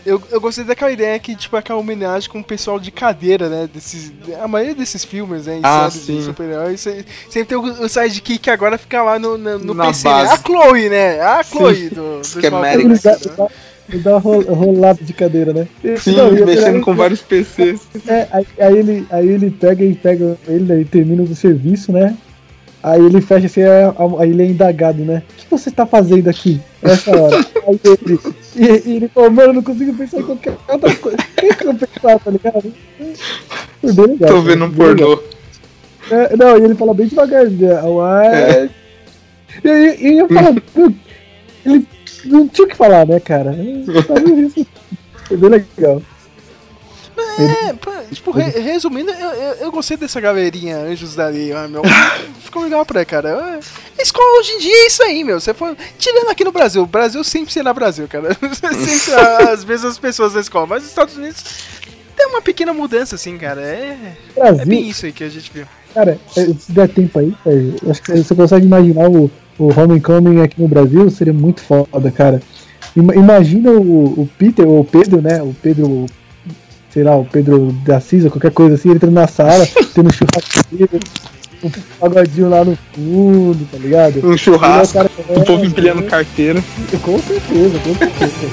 Eu, eu gostei daquela ideia que, tipo, aquela homenagem com o pessoal de cadeira, né? Desses, a maioria desses filmes, né? Em Ah, séries sim. de super-heróis, sempre tem o, o sidekick que agora fica lá no, no, no Na P C, né? base. A Chloe, né? A Chloe do, do Schematic. Ele Smallville, dá, né? ele dá uma ro- rolada de cadeira, né? Sim, Não, e a mexendo melhor- com vários P Cs. É, aí, aí ele, aí ele pega e pega ele, né, e termina o serviço, né? Aí ele fecha assim, aí, aí ele é indagado, né? O que você tá fazendo aqui nessa hora? Aí ele, e, e ele falou, mano, eu não consigo pensar em qualquer outra coisa. O que que eu pensar, tá ligado? Foi bem legal. Tô cara, vendo um foi bem legal. pornô. É, não, e ele fala bem devagarzinho. Uai. É. E aí e eu falo, meu, ele não tinha o que falar, né, cara? Foi bem legal. É, pô, tipo, re- resumindo, eu, eu, eu gostei dessa galerinha Anjos da Lei, ah, meu. Ficou legal pra cara. A escola hoje em dia é isso aí, meu. Você foi. Tirando aqui no Brasil, o Brasil sempre será Brasil, cara. Sempre será as mesmas pessoas na escola. Mas nos Estados Unidos tem uma pequena mudança, assim, cara. É, Brasil, é bem isso aí que a gente viu. cara, se der tempo aí, cara, eu acho que você consegue imaginar o, o Homecoming aqui no Brasil, seria muito foda, cara. Ima- Imagina o, o Peter, ou o Pedro, né? O Pedro, sei lá, o Pedro da Cisa, qualquer coisa assim, entrando na sala, tendo um churrasco, um pagodinho lá no fundo, tá ligado? Um churrasco, Ele é o cara- o povo é, empilhando carteira. Com certeza, com certeza.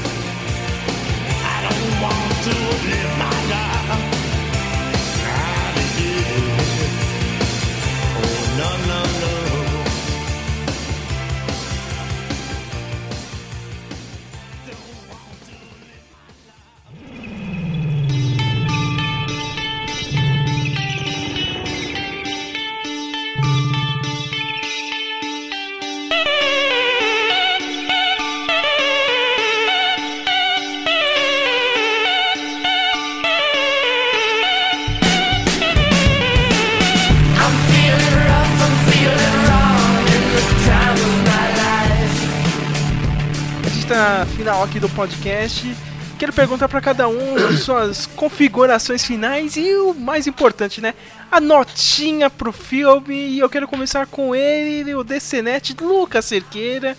A gente tá na final aqui do podcast. Quero perguntar pra cada um suas configurações finais e o mais importante, né? A notinha pro filme. E eu quero começar com ele, o DCNet, Lucas Cerqueira.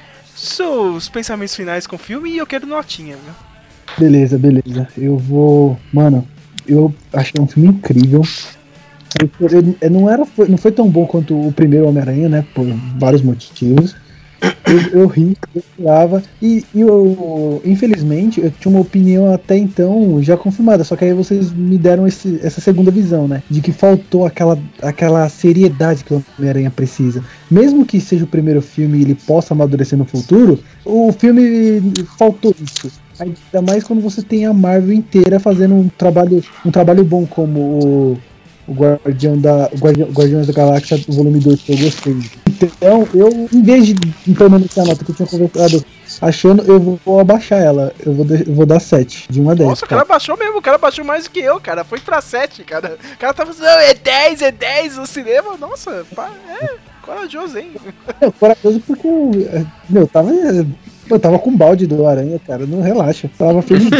Seus pensamentos finais com o filme e eu quero notinha, viu? Beleza, beleza. Eu vou. Mano, eu achei um filme incrível. Eu, eu- eu não, era, foi- não foi tão bom quanto o primeiro Homem-Aranha, né? Por vários motivos. Eu, eu ri, eu chorava. E, e eu, infelizmente, eu tinha uma opinião até então já confirmada. Só que aí vocês me deram esse- essa segunda visão, né? De que faltou aquela, aquela seriedade que o Homem-Aranha precisa. Mesmo que seja o primeiro filme e ele possa amadurecer no futuro, o filme faltou isso. Ainda mais quando você tem a Marvel inteira fazendo um trabalho, um trabalho bom como o, o Guardião da, o Guardi- Guardiões da Galáxia volume dois, que eu gostei. Então, eu, em vez de permanecer a nota que eu tinha conversado achando, eu vou, vou abaixar ela. Eu vou, de- eu vou dar sete, de um a dez. Nossa, o cara baixou mesmo, o cara baixou mais do que eu, cara. Foi pra sete, cara. O cara tava falando, não, é dez, é dez no cinema. Nossa, pá, é corajoso, hein? Não, corajoso porque eu, meu, tava, eu tava com balde do Aranha, cara. Não relaxa, tava feliz.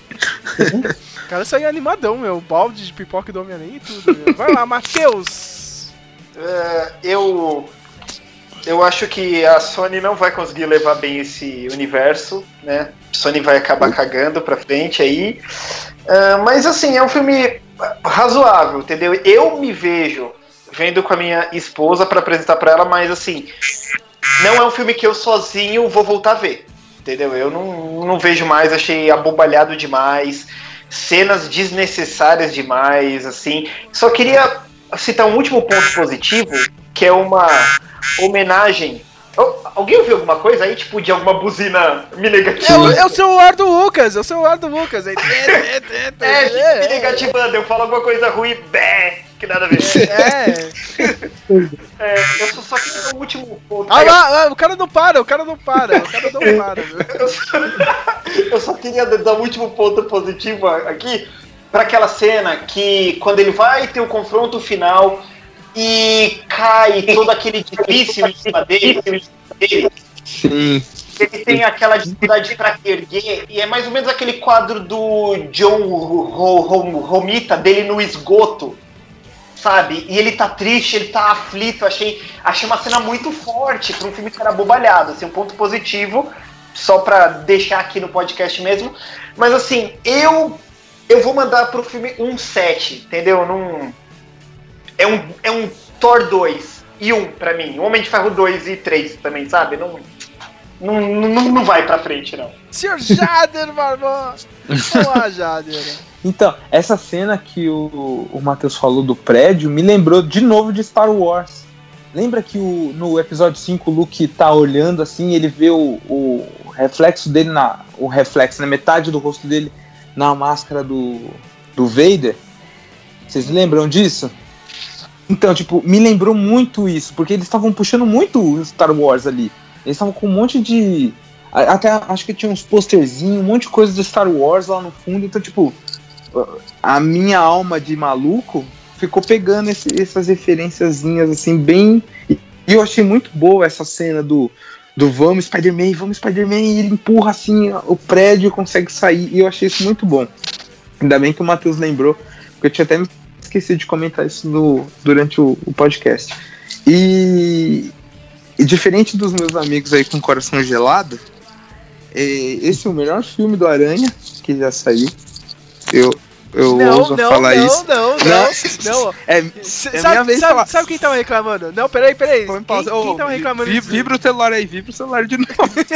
O cara saiu animadão, meu. Balde de pipoca do Homem-Aranha e tudo, meu. Vai lá, Matheus. É, eu eu acho que a Sony não vai conseguir levar bem esse universo, né? A Sony vai acabar cagando pra frente aí. É, mas assim, é um filme razoável, entendeu? Eu me vejo vendo com a minha esposa pra apresentar pra ela, mas assim, não é um filme que eu sozinho vou voltar a ver, entendeu? Eu não, não vejo mais, achei abobalhado demais, cenas desnecessárias demais, assim. Só queria citar um último ponto positivo, que é uma homenagem. Oh, alguém ouviu alguma coisa aí, tipo, de alguma buzina me É o, negativando? é o celular do Lucas, é o celular do Lucas. É, é, é, É, é, me negativando, eu falo alguma coisa ruim, bé, que nada a ver. é. É, eu só, só queria dar um último ponto. Ah lá, ah, o cara não para, o cara não para, o cara não para. Meu. Eu só, eu só queria dar um último ponto positivo aqui para aquela cena que quando ele vai ter o confronto final e cai todo aquele edifício em cima dele, dele Sim. ele tem aquela dificuldade para erguer, e é mais ou menos aquele quadro do John Romita dele no esgoto, sabe? E ele tá triste, ele tá aflito. Achei, achei uma cena muito forte para um filme que era abobalhado. Assim, um ponto positivo só pra deixar aqui no podcast mesmo. Mas assim, eu eu vou mandar pro filme um sete, entendeu? Num, é, um, é um Thor dois e um pra mim. Homem de Ferro dois e três também, sabe? Não, não, não, não vai pra frente, não. senhor Jader, Barbosa! Olá, Jader. Então, essa cena que o, o Matheus falou do prédio me lembrou de novo de Star Wars. Lembra que o, no episódio cinco o Luke tá olhando assim, ele vê o, o reflexo dele, na, o reflexo na metade do rosto dele na máscara do, do Vader? Vocês lembram disso? Então, tipo, me lembrou muito isso, porque eles estavam puxando muito Star Wars ali. Eles estavam com um monte de... Até acho que tinha uns posterzinhos, um monte de coisa de Star Wars lá no fundo. Então, tipo, a minha alma de maluco ficou pegando esse, essas referenciazinhas, assim, bem... E eu achei muito boa essa cena do, do vamos Spider-Man, vamos Spider-Man, e ele empurra, assim, o prédio e consegue sair. E eu achei isso muito bom. Ainda bem que o Matheus lembrou, porque eu tinha até me esquecido de comentar isso no, durante o, o podcast. E, e diferente dos meus amigos aí com coração gelado, é, esse é o melhor filme do Aranha que já saiu. Eu... Eu não, ouso não, falar não, isso. Não, não, não, não. É, C- é sabe, minha vez de sabe, falar. sabe quem tava reclamando? Não, peraí, peraí. Quem, Pausa. quem Oh, tava reclamando vi, disso? Vibra o celular aí, vibra o celular de novo.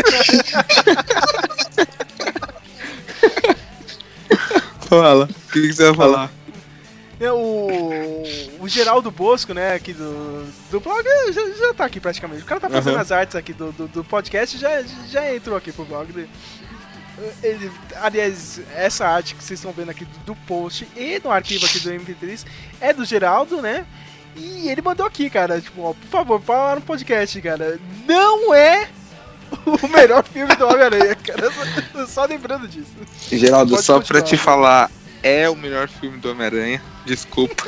Fala, o que, que você vai falar? É, o, o Geraldo Bosco, né, aqui do, do blog, já, já tá aqui praticamente. O cara tá fazendo Uhum. as artes aqui do, do, do podcast e já, já entrou aqui pro blog dele. Ele, aliás, essa arte que vocês estão vendo aqui do, do post e no arquivo aqui do M P três é do Geraldo, né? E ele mandou aqui, cara, tipo, ó, por favor, fala lá no podcast, cara. Não é o melhor filme do Homem-Aranha, cara. Só, só lembrando disso. Geraldo, Pode só continuar, pra te né? falar, é o melhor filme do Homem-Aranha, desculpa.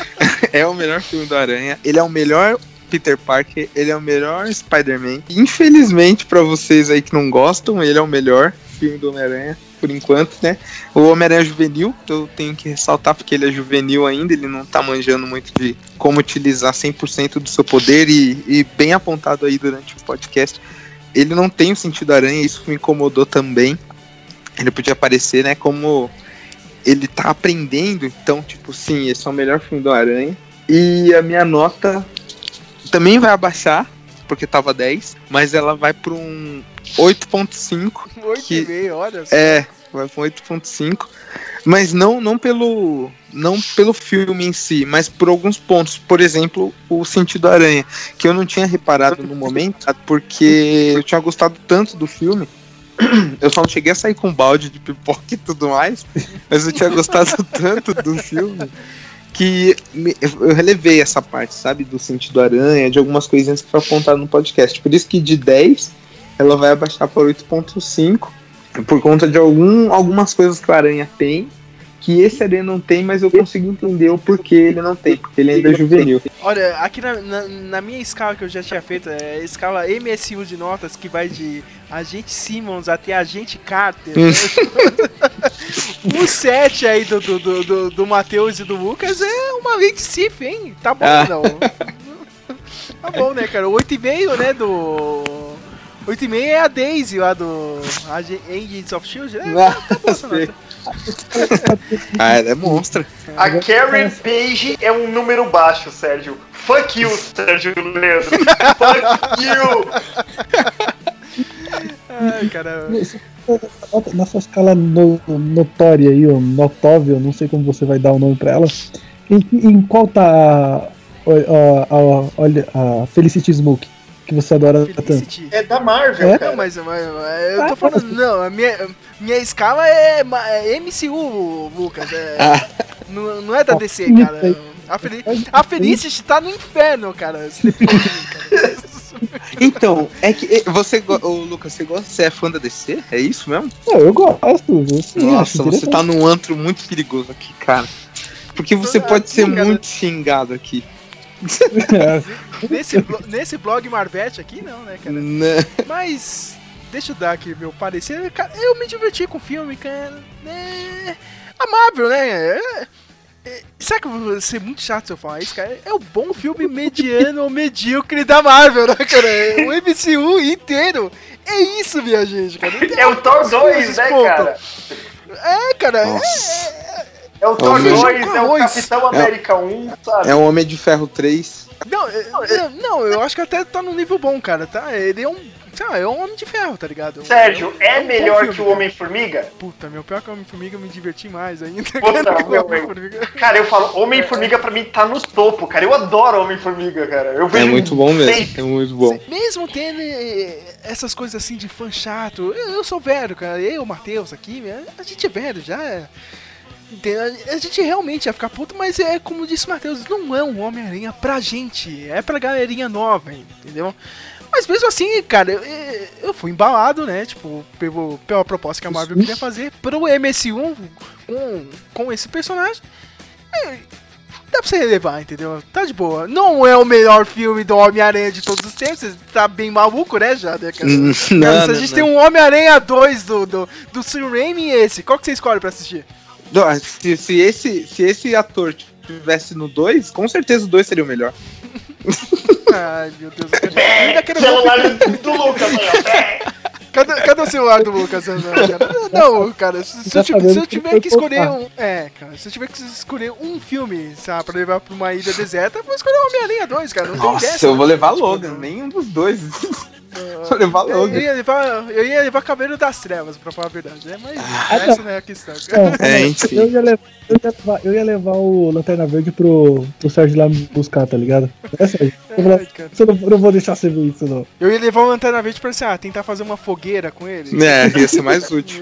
É o melhor filme do Aranha, ele é o melhor Peter Parker, ele é o melhor Spider-Man. Infelizmente, pra vocês aí que não gostam, ele é o melhor filme do Homem-Aranha, por enquanto, né? O Homem-Aranha juvenil, eu tenho que ressaltar porque ele é juvenil ainda, ele não tá manjando muito de como utilizar cem por cento do seu poder e, e bem apontado aí durante o podcast, ele não tem o sentido aranha, isso me incomodou também. Ele podia aparecer, né, como ele tá aprendendo, então, tipo, sim, esse é o melhor filme do Aranha. E a minha nota também vai abaixar, porque tava dez, mas ela vai pra um oito ponto cinco. oito e meio, olha só. É, vai pra um oito ponto cinco. Mas não, não, pelo, não pelo filme em si, mas por alguns pontos. Por exemplo, o sentido aranha, que eu não tinha reparado no momento, porque eu tinha gostado tanto do filme. Eu só não cheguei a sair com balde de pipoca e tudo mais, mas eu tinha gostado tanto do filme que eu relevei essa parte, sabe, do sentido aranha, de algumas coisinhas que foi apontado no podcast. Por isso que de dez ela vai abaixar para oito ponto cinco, por conta de algum, algumas coisas que o Aranha tem, que esse Aranha não tem, mas eu consigo entender o porquê ele não tem, porque ele ainda é juvenil. Olha, aqui na, na, na minha escala que eu já tinha feito, é a escala M S U de notas, que vai de Agente Simmons até Agente Carter. Né? O sete aí do, do, do, do, do Matheus e do Lucas é uma lente Sif, hein? Tá bom, Ah. não? Tá bom, né, cara? O oito e meio, né, do... oito e meio é a Daisy lá do Ag- Agents of Shield, né? Ah, Tá bom essa nota. Ah, ela é monstra. A Karen Page é um número baixo, Sérgio. Fuck you, Sérgio Leandro. Fuck you. Ai, cara. Na sua escala no, notória aí, ou notóvel, não sei como você vai dar o nome pra ela, em, em qual tá a, a, a, olha, a Felicity Smoke, que você adora tanto? Felicity. É da Marvel, É? cara. Não, mas, mas- mas eu tô falando, não, a minha, minha escala é, ma- é M C U, Lucas. É, não, não é da D C, cara. A, Fel a Felicity tá no inferno, cara. Se depende de mim, cara. Então, é que você, go- ô, Lucas, você gosta, você é fã da D C? É isso mesmo? Não, eu gosto, eu sim, Nossa, acho você tá num antro muito perigoso aqui, cara. Porque você Tô pode ser aqui, cara. muito xingado aqui. interessante. Nesse, blo nesse blog Marvete aqui, não, né, cara? Né? Mas, deixa eu dar aqui meu parecer. Cara, eu me diverti com o filme, cara. É, a Marvel, né? é- é- Será que eu vou ser muito chato se eu falar isso, cara? É o bom filme mediano ou medíocre da Marvel, né, cara? O M C U inteiro. É isso, minha gente, cara. É o Thor dois, né, cara? É, cara. É, é o Thor dois, é o Capitão América um, sabe? É o Homem de Ferro três. Não, é, não, eu acho que até tá num nível bom, cara, tá? Ele é um... Ah, é um Homem de Ferro, tá ligado? Sérgio, é, é um melhor filme, que o Homem-Formiga? Puta, meu, pior que o Homem-Formiga eu me diverti mais ainda. Puta, cara, meu, meu. Cara, eu falo, Homem-Formiga pra mim tá no topo, cara. Eu adoro Homem-Formiga, cara. Eu vejo é muito bom mesmo, é muito bom. Mesmo tendo essas coisas assim de fã chato, eu, eu sou velho, cara. Eu, o Matheus aqui, a gente é velho já, é... A gente realmente ia ficar puto, mas é como disse o Matheus, não é um Homem-Aranha pra gente, é pra galerinha nova, entendeu? Mas mesmo assim, cara, eu, eu fui embalado, né, tipo, pelo, pela proposta que a Marvel queria fazer pro M C U com, com esse personagem. É, dá pra você relevar, entendeu? Tá de boa. Não é o melhor filme do Homem-Aranha de todos os tempos, você tá bem maluco, né, já, né, cara? Não, cara, não, se a gente não. tem um Homem-Aranha dois do, do, do Sam Raimi e esse, qual que você escolhe pra assistir? Se, se, esse, se esse ator estivesse no dois, com certeza o dois seria o melhor. Ai, meu Deus. Eu ainda quero celular do Lucas, cadê, cadê o celular do Lucas? Não, cara, não, cara se, se, eu, tiver, se eu tiver que escolher um... É, cara, se eu tiver que escolher um filme, sabe, pra levar pra uma ilha deserta, eu vou escolher o Homem-Aranha dois, cara. Não Nossa, tem dessa, eu vou levar tipo, Logan, nenhum dos dois. Vou levar Logan. Eu ia levar, eu ia levar Cabelo das Trevas, pra falar a verdade, né? Mas ah, essa não é a questão. É, enfim. Eu ia levar, eu ia levar, eu ia levar o Lanterna Verde pro, pro Sérgio lá me buscar, tá ligado? É, Sérgio. Eu, vou, Ai, eu não, eu não vou deixar você ver isso, não. Eu ia levar o Lanterna Verde pra assim, ah, tentar fazer uma fogueira com ele. É, ia ser mais útil.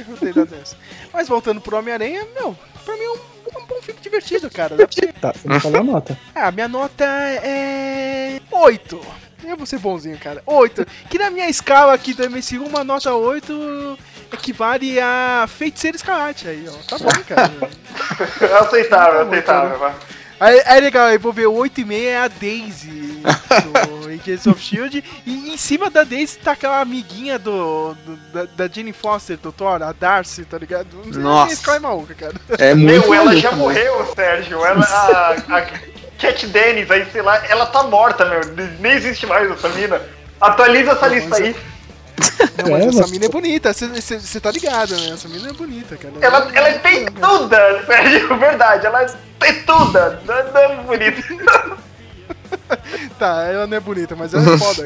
Mas voltando pro Homem-Aranha, meu, pra mim é um, um bom filme divertido, cara. Dá pra você... Tá, você não falou a nota. Ah, minha nota é... oito. Eu vou ser bonzinho, cara. oito. Que na minha escala aqui do M C U, uma nota oito equivale a Feiticeiro Escarlate. Aí, ó. Tá bom, cara. aceitável, aceitável. Tá aí, aí, legal, aí vou ver o oito e meio é a Daisy do Agents of Shield. E em cima da Daisy tá aquela amiguinha do, do da, da Jane Foster, do Thor, a Darcy, tá ligado? Nossa. A escala é maluca, cara. É muito Meu, ela já morreu, Sérgio. Ela... A, a... Cat Dennis, aí sei lá, ela tá morta, meu. Nem existe mais essa mina. Atualiza essa lista aí. Não, mas é, essa mas... mina é bonita, você tá ligado, né? Essa mina é bonita, cara. Ela, ela é peituda, Sérgio, verdade. Ela é peituda, não é bonita. Tá, ela não é bonita, mas ela é foda.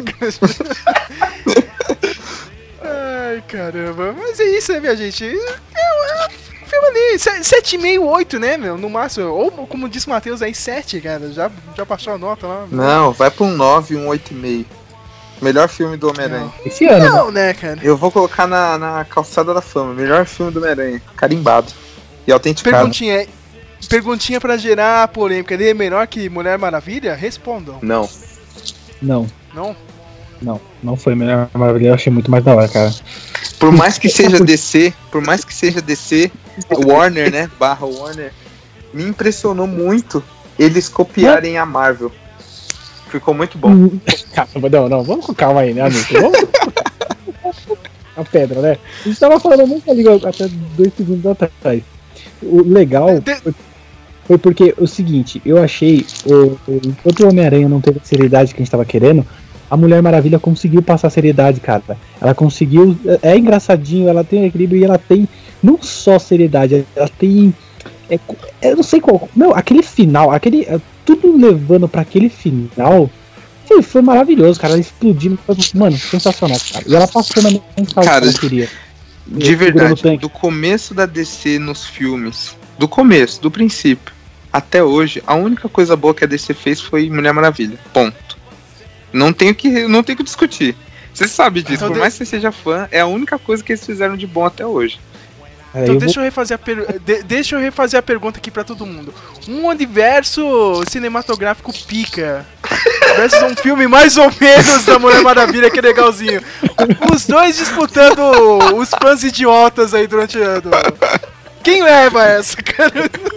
Ai, caramba. Mas é isso, né, minha gente? É, é... filme ali, sete vírgula cinco, oito, né, meu, no máximo, ou como disse o Matheus aí, sete, cara, já, já baixou a nota lá. Não, vai pra um nove, um oito vírgula cinco. Melhor filme do Homem-Aranha. Esse ano, não, né, cara? Eu vou colocar na, na calçada da fama, melhor filme do Homem-Aranha, carimbado e autenticado. Perguntinha, perguntinha pra gerar polêmica, ele é melhor que Mulher Maravilha? Respondam. Não. Não. Não? Não, não foi Mulher Maravilha, eu achei muito mais da hora, cara. Por mais que seja D C, por mais que seja D C, Warner, né, barra Warner, me impressionou muito eles copiarem a Marvel. Ficou muito bom. Calma, não, não, vamos com calma aí, né, amigo? Vamos com a pedra, né? A gente tava falando muito ali até dois segundos atrás. O legal foi, foi porque o seguinte, eu achei, o, o, enquanto o Homem-Aranha não teve a seriedade que a gente tava querendo, a Mulher Maravilha conseguiu passar seriedade, cara. Ela conseguiu, é engraçadinho, ela tem equilíbrio e ela tem não só seriedade, ela tem, é, eu não sei qual, não, aquele final, aquele, tudo levando pra aquele final, foi, foi maravilhoso, cara, ela explodindo, mano, sensacional, cara. E ela passando a mensagem cara, que ela queria. De verdade, do começo da D C nos filmes, do começo, do princípio, até hoje, a única coisa boa que a D C fez foi Mulher Maravilha, ponto. Não tenho que, não tenho que discutir. Você sabe disso, então, por mais que você seja fã, é a única coisa que eles fizeram de bom até hoje. Então eu deixa, vou... eu refazer a per... de- deixa eu refazer a pergunta aqui pra todo mundo. Um universo cinematográfico pica versus um filme mais ou menos da Mulher Maravilha, que legalzinho. Os dois disputando os fãs idiotas aí durante o ano. Quem leva essa, cara?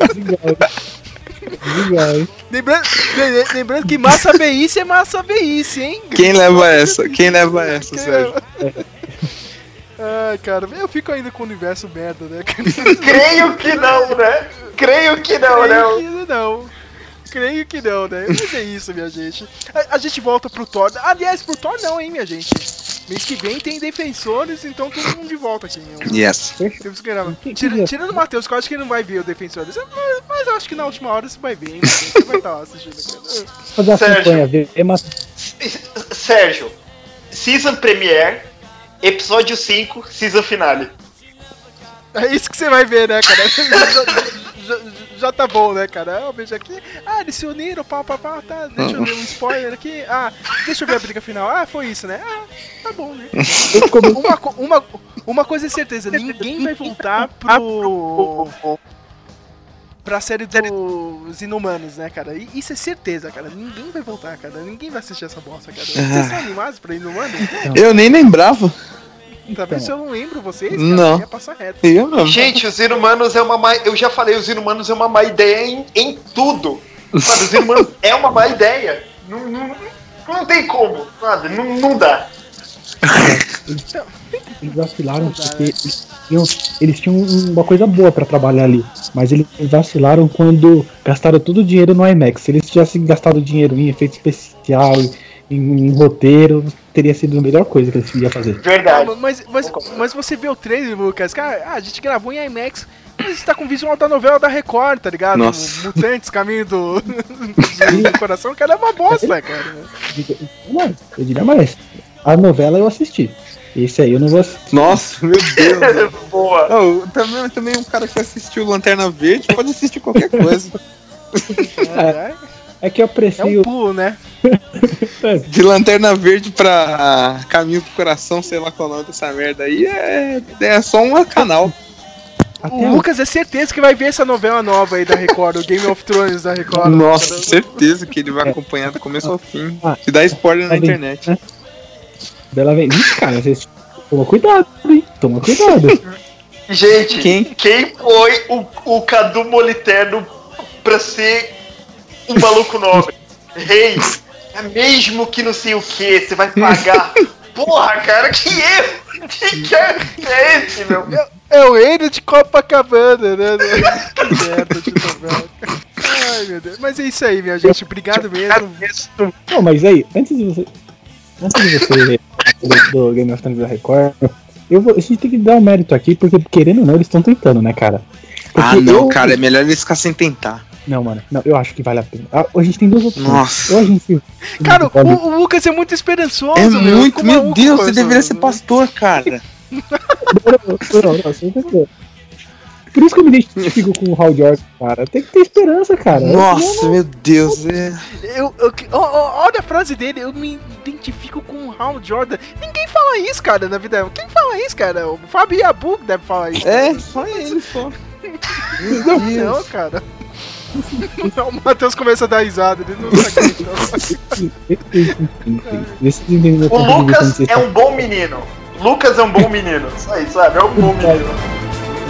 Lembrando, lembrando que massa veice é massa veice, hein? Quem leva essa? Quem leva essa, Quem Sérgio? leva... Ai, cara, eu fico ainda com o universo merda, né? Creio que não, né? Creio que não, Creio não. Que não. Creio que não, né? Mas é isso, minha gente. A, a gente volta pro Thor. Aliás, pro Thor não, hein, minha gente. Mês que vem tem Defensores, então todo mundo de volta aqui. Yes. Temos que gravar. Tira, tirando o Matheus, que eu acho que ele não vai ver o Defensores. Mas, mas eu acho que na última hora você vai ver, hein, Matheus? Você vai estar lá assistindo. Fazer a campanha, ver, mas... Sérgio, Season Premiere, Episódio cinco, Season Finale. É isso que você vai ver, né, cara? já, já, já tá bom, né, cara? Eu vejo aqui. Ah, eles se uniram, pá, pá, pá, tá. Deixa eu ver um spoiler aqui. Ah, deixa eu ver a briga final. Ah, foi isso, né? Ah, tá bom, né? Uma, uma, uma coisa é certeza, ninguém vai voltar pro... pra série dos Inumanos, né, cara? E isso é certeza, cara. Ninguém vai voltar, cara. Ninguém vai assistir essa bosta, cara. Vocês estão animados pra Inumanos? Eu nem lembrava. Tá vendo se eu não lembro vocês? Cara, não. Ia passar reto. Eu não. Gente, os Inumanos é uma má... Eu já falei, os Inumanos é uma má ideia em, em tudo. Sabe, os Inumanos é uma má ideia. Não, não, não tem como. Sabe? Não, não dá. Eles vacilaram porque eles tinham, eles tinham uma coisa boa pra trabalhar ali. Mas eles vacilaram quando gastaram todo o dinheiro no IMAX. Se eles tivessem gastado dinheiro em efeito especial, em, em roteiro, teria sido a melhor coisa que eles iam fazer. Verdade. Mas, mas, mas você vê o trailer, Lucas, cara, ah, a gente gravou em IMAX, mas você tá com o visual da novela da Record, tá ligado? Nossa. Mutantes, Caminho do, do Coração, cara, é uma bosta, cara. Não, eu diria mais. A novela eu assisti. Esse aí eu não vou assistir. Nossa, meu Deus. Boa. Não, também, também um cara que assistiu Lanterna Verde pode assistir qualquer coisa. É, É que eu é aprecio. um pulo, né? De Lanterna Verde pra Caminho do Coração, sei lá qual é o nome dessa merda aí, é, é só um canal. Até O a- Lucas é certeza que vai ver essa novela nova aí da Record, o Game of Thrones da Record. Nossa, cara. certeza que ele vai acompanhar do começo ao fim. Ah. Se dá spoiler na Tá bem, internet. né? Bela vem. Ih, cara, vocês. Toma cuidado, hein? Toma cuidado. Gente, Quem? quem foi o, o Cadu Moliterno pra ser um maluco nobre? Rei, é mesmo que não sei o que, você vai pagar. Porra, cara, que erro! Que que é, que é esse, meu? É o reino de Copacabana, né? Que merda de novela. Ai, meu Deus. Mas é isso aí, minha gente. Obrigado mesmo. Não, mas aí, antes de você. Antes de você do, do Game of Thrones da Record, eu vou, a gente tem que dar um mérito aqui, porque querendo ou não, eles estão tentando, né, cara? Porque Ah, não, eu- cara, é melhor eles ficar sem tentar. Não, mano, não, eu acho que vale a pena. Ah, a gente tem duas opções. Nossa. Ou a gente. Cara, o, pode- o Lucas é muito esperançoso, É meu. muito, Ficou meu maluco Deus, com você essa- deveria ser pastor, cara. Não, não, não, você entendeu. Por isso que eu me identifico com o Hal Jordan, cara. Tem que ter esperança, cara. Nossa, Eu- meu Deus. É... Eu, eu, ó, ó, olha a frase dele, eu me identifico com o Hal Jordan. Ninguém fala isso, cara, na vida. Quem fala isso, cara? O Fábio Yabu deve falar isso. É, só ele, só. Não, não, cara. O Matheus começa a dar risada, ele não sabe. Vê se vocês entendem meu O ponto de vista Lucas nisso. é um bom menino. Lucas é um bom menino. Isso aí, sabe? É um bom menino.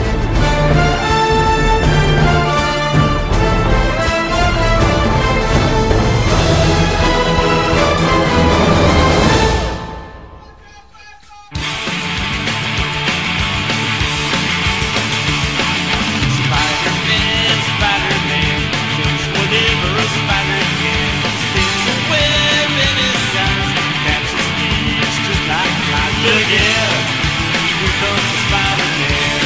Spider-Man, Spider-Man, does whatever a spider can. Spins a web in his eyes, catches thieves just like flies. Look out, here comes the Spider-Man.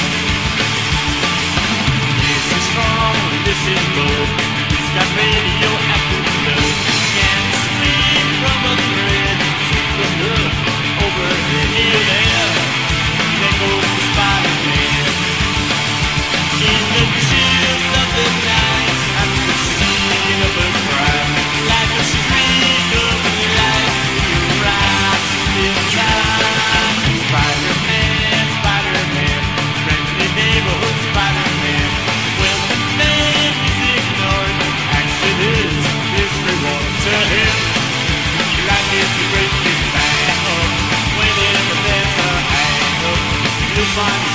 This is strong, this is low. He's got radioactive blood. Can't sleep from a thread to the hook overhead. Here there, there goes the Spider-Man. In the chills of the night, at the scene of a crime, like a streak of light, you rise in time. Spider-Man, Spider-Man, friendly neighborhood Spider-Man. When the man is ignored, action is his reward to him. Like it's a great big bang, whenever there's a hang up, you'll find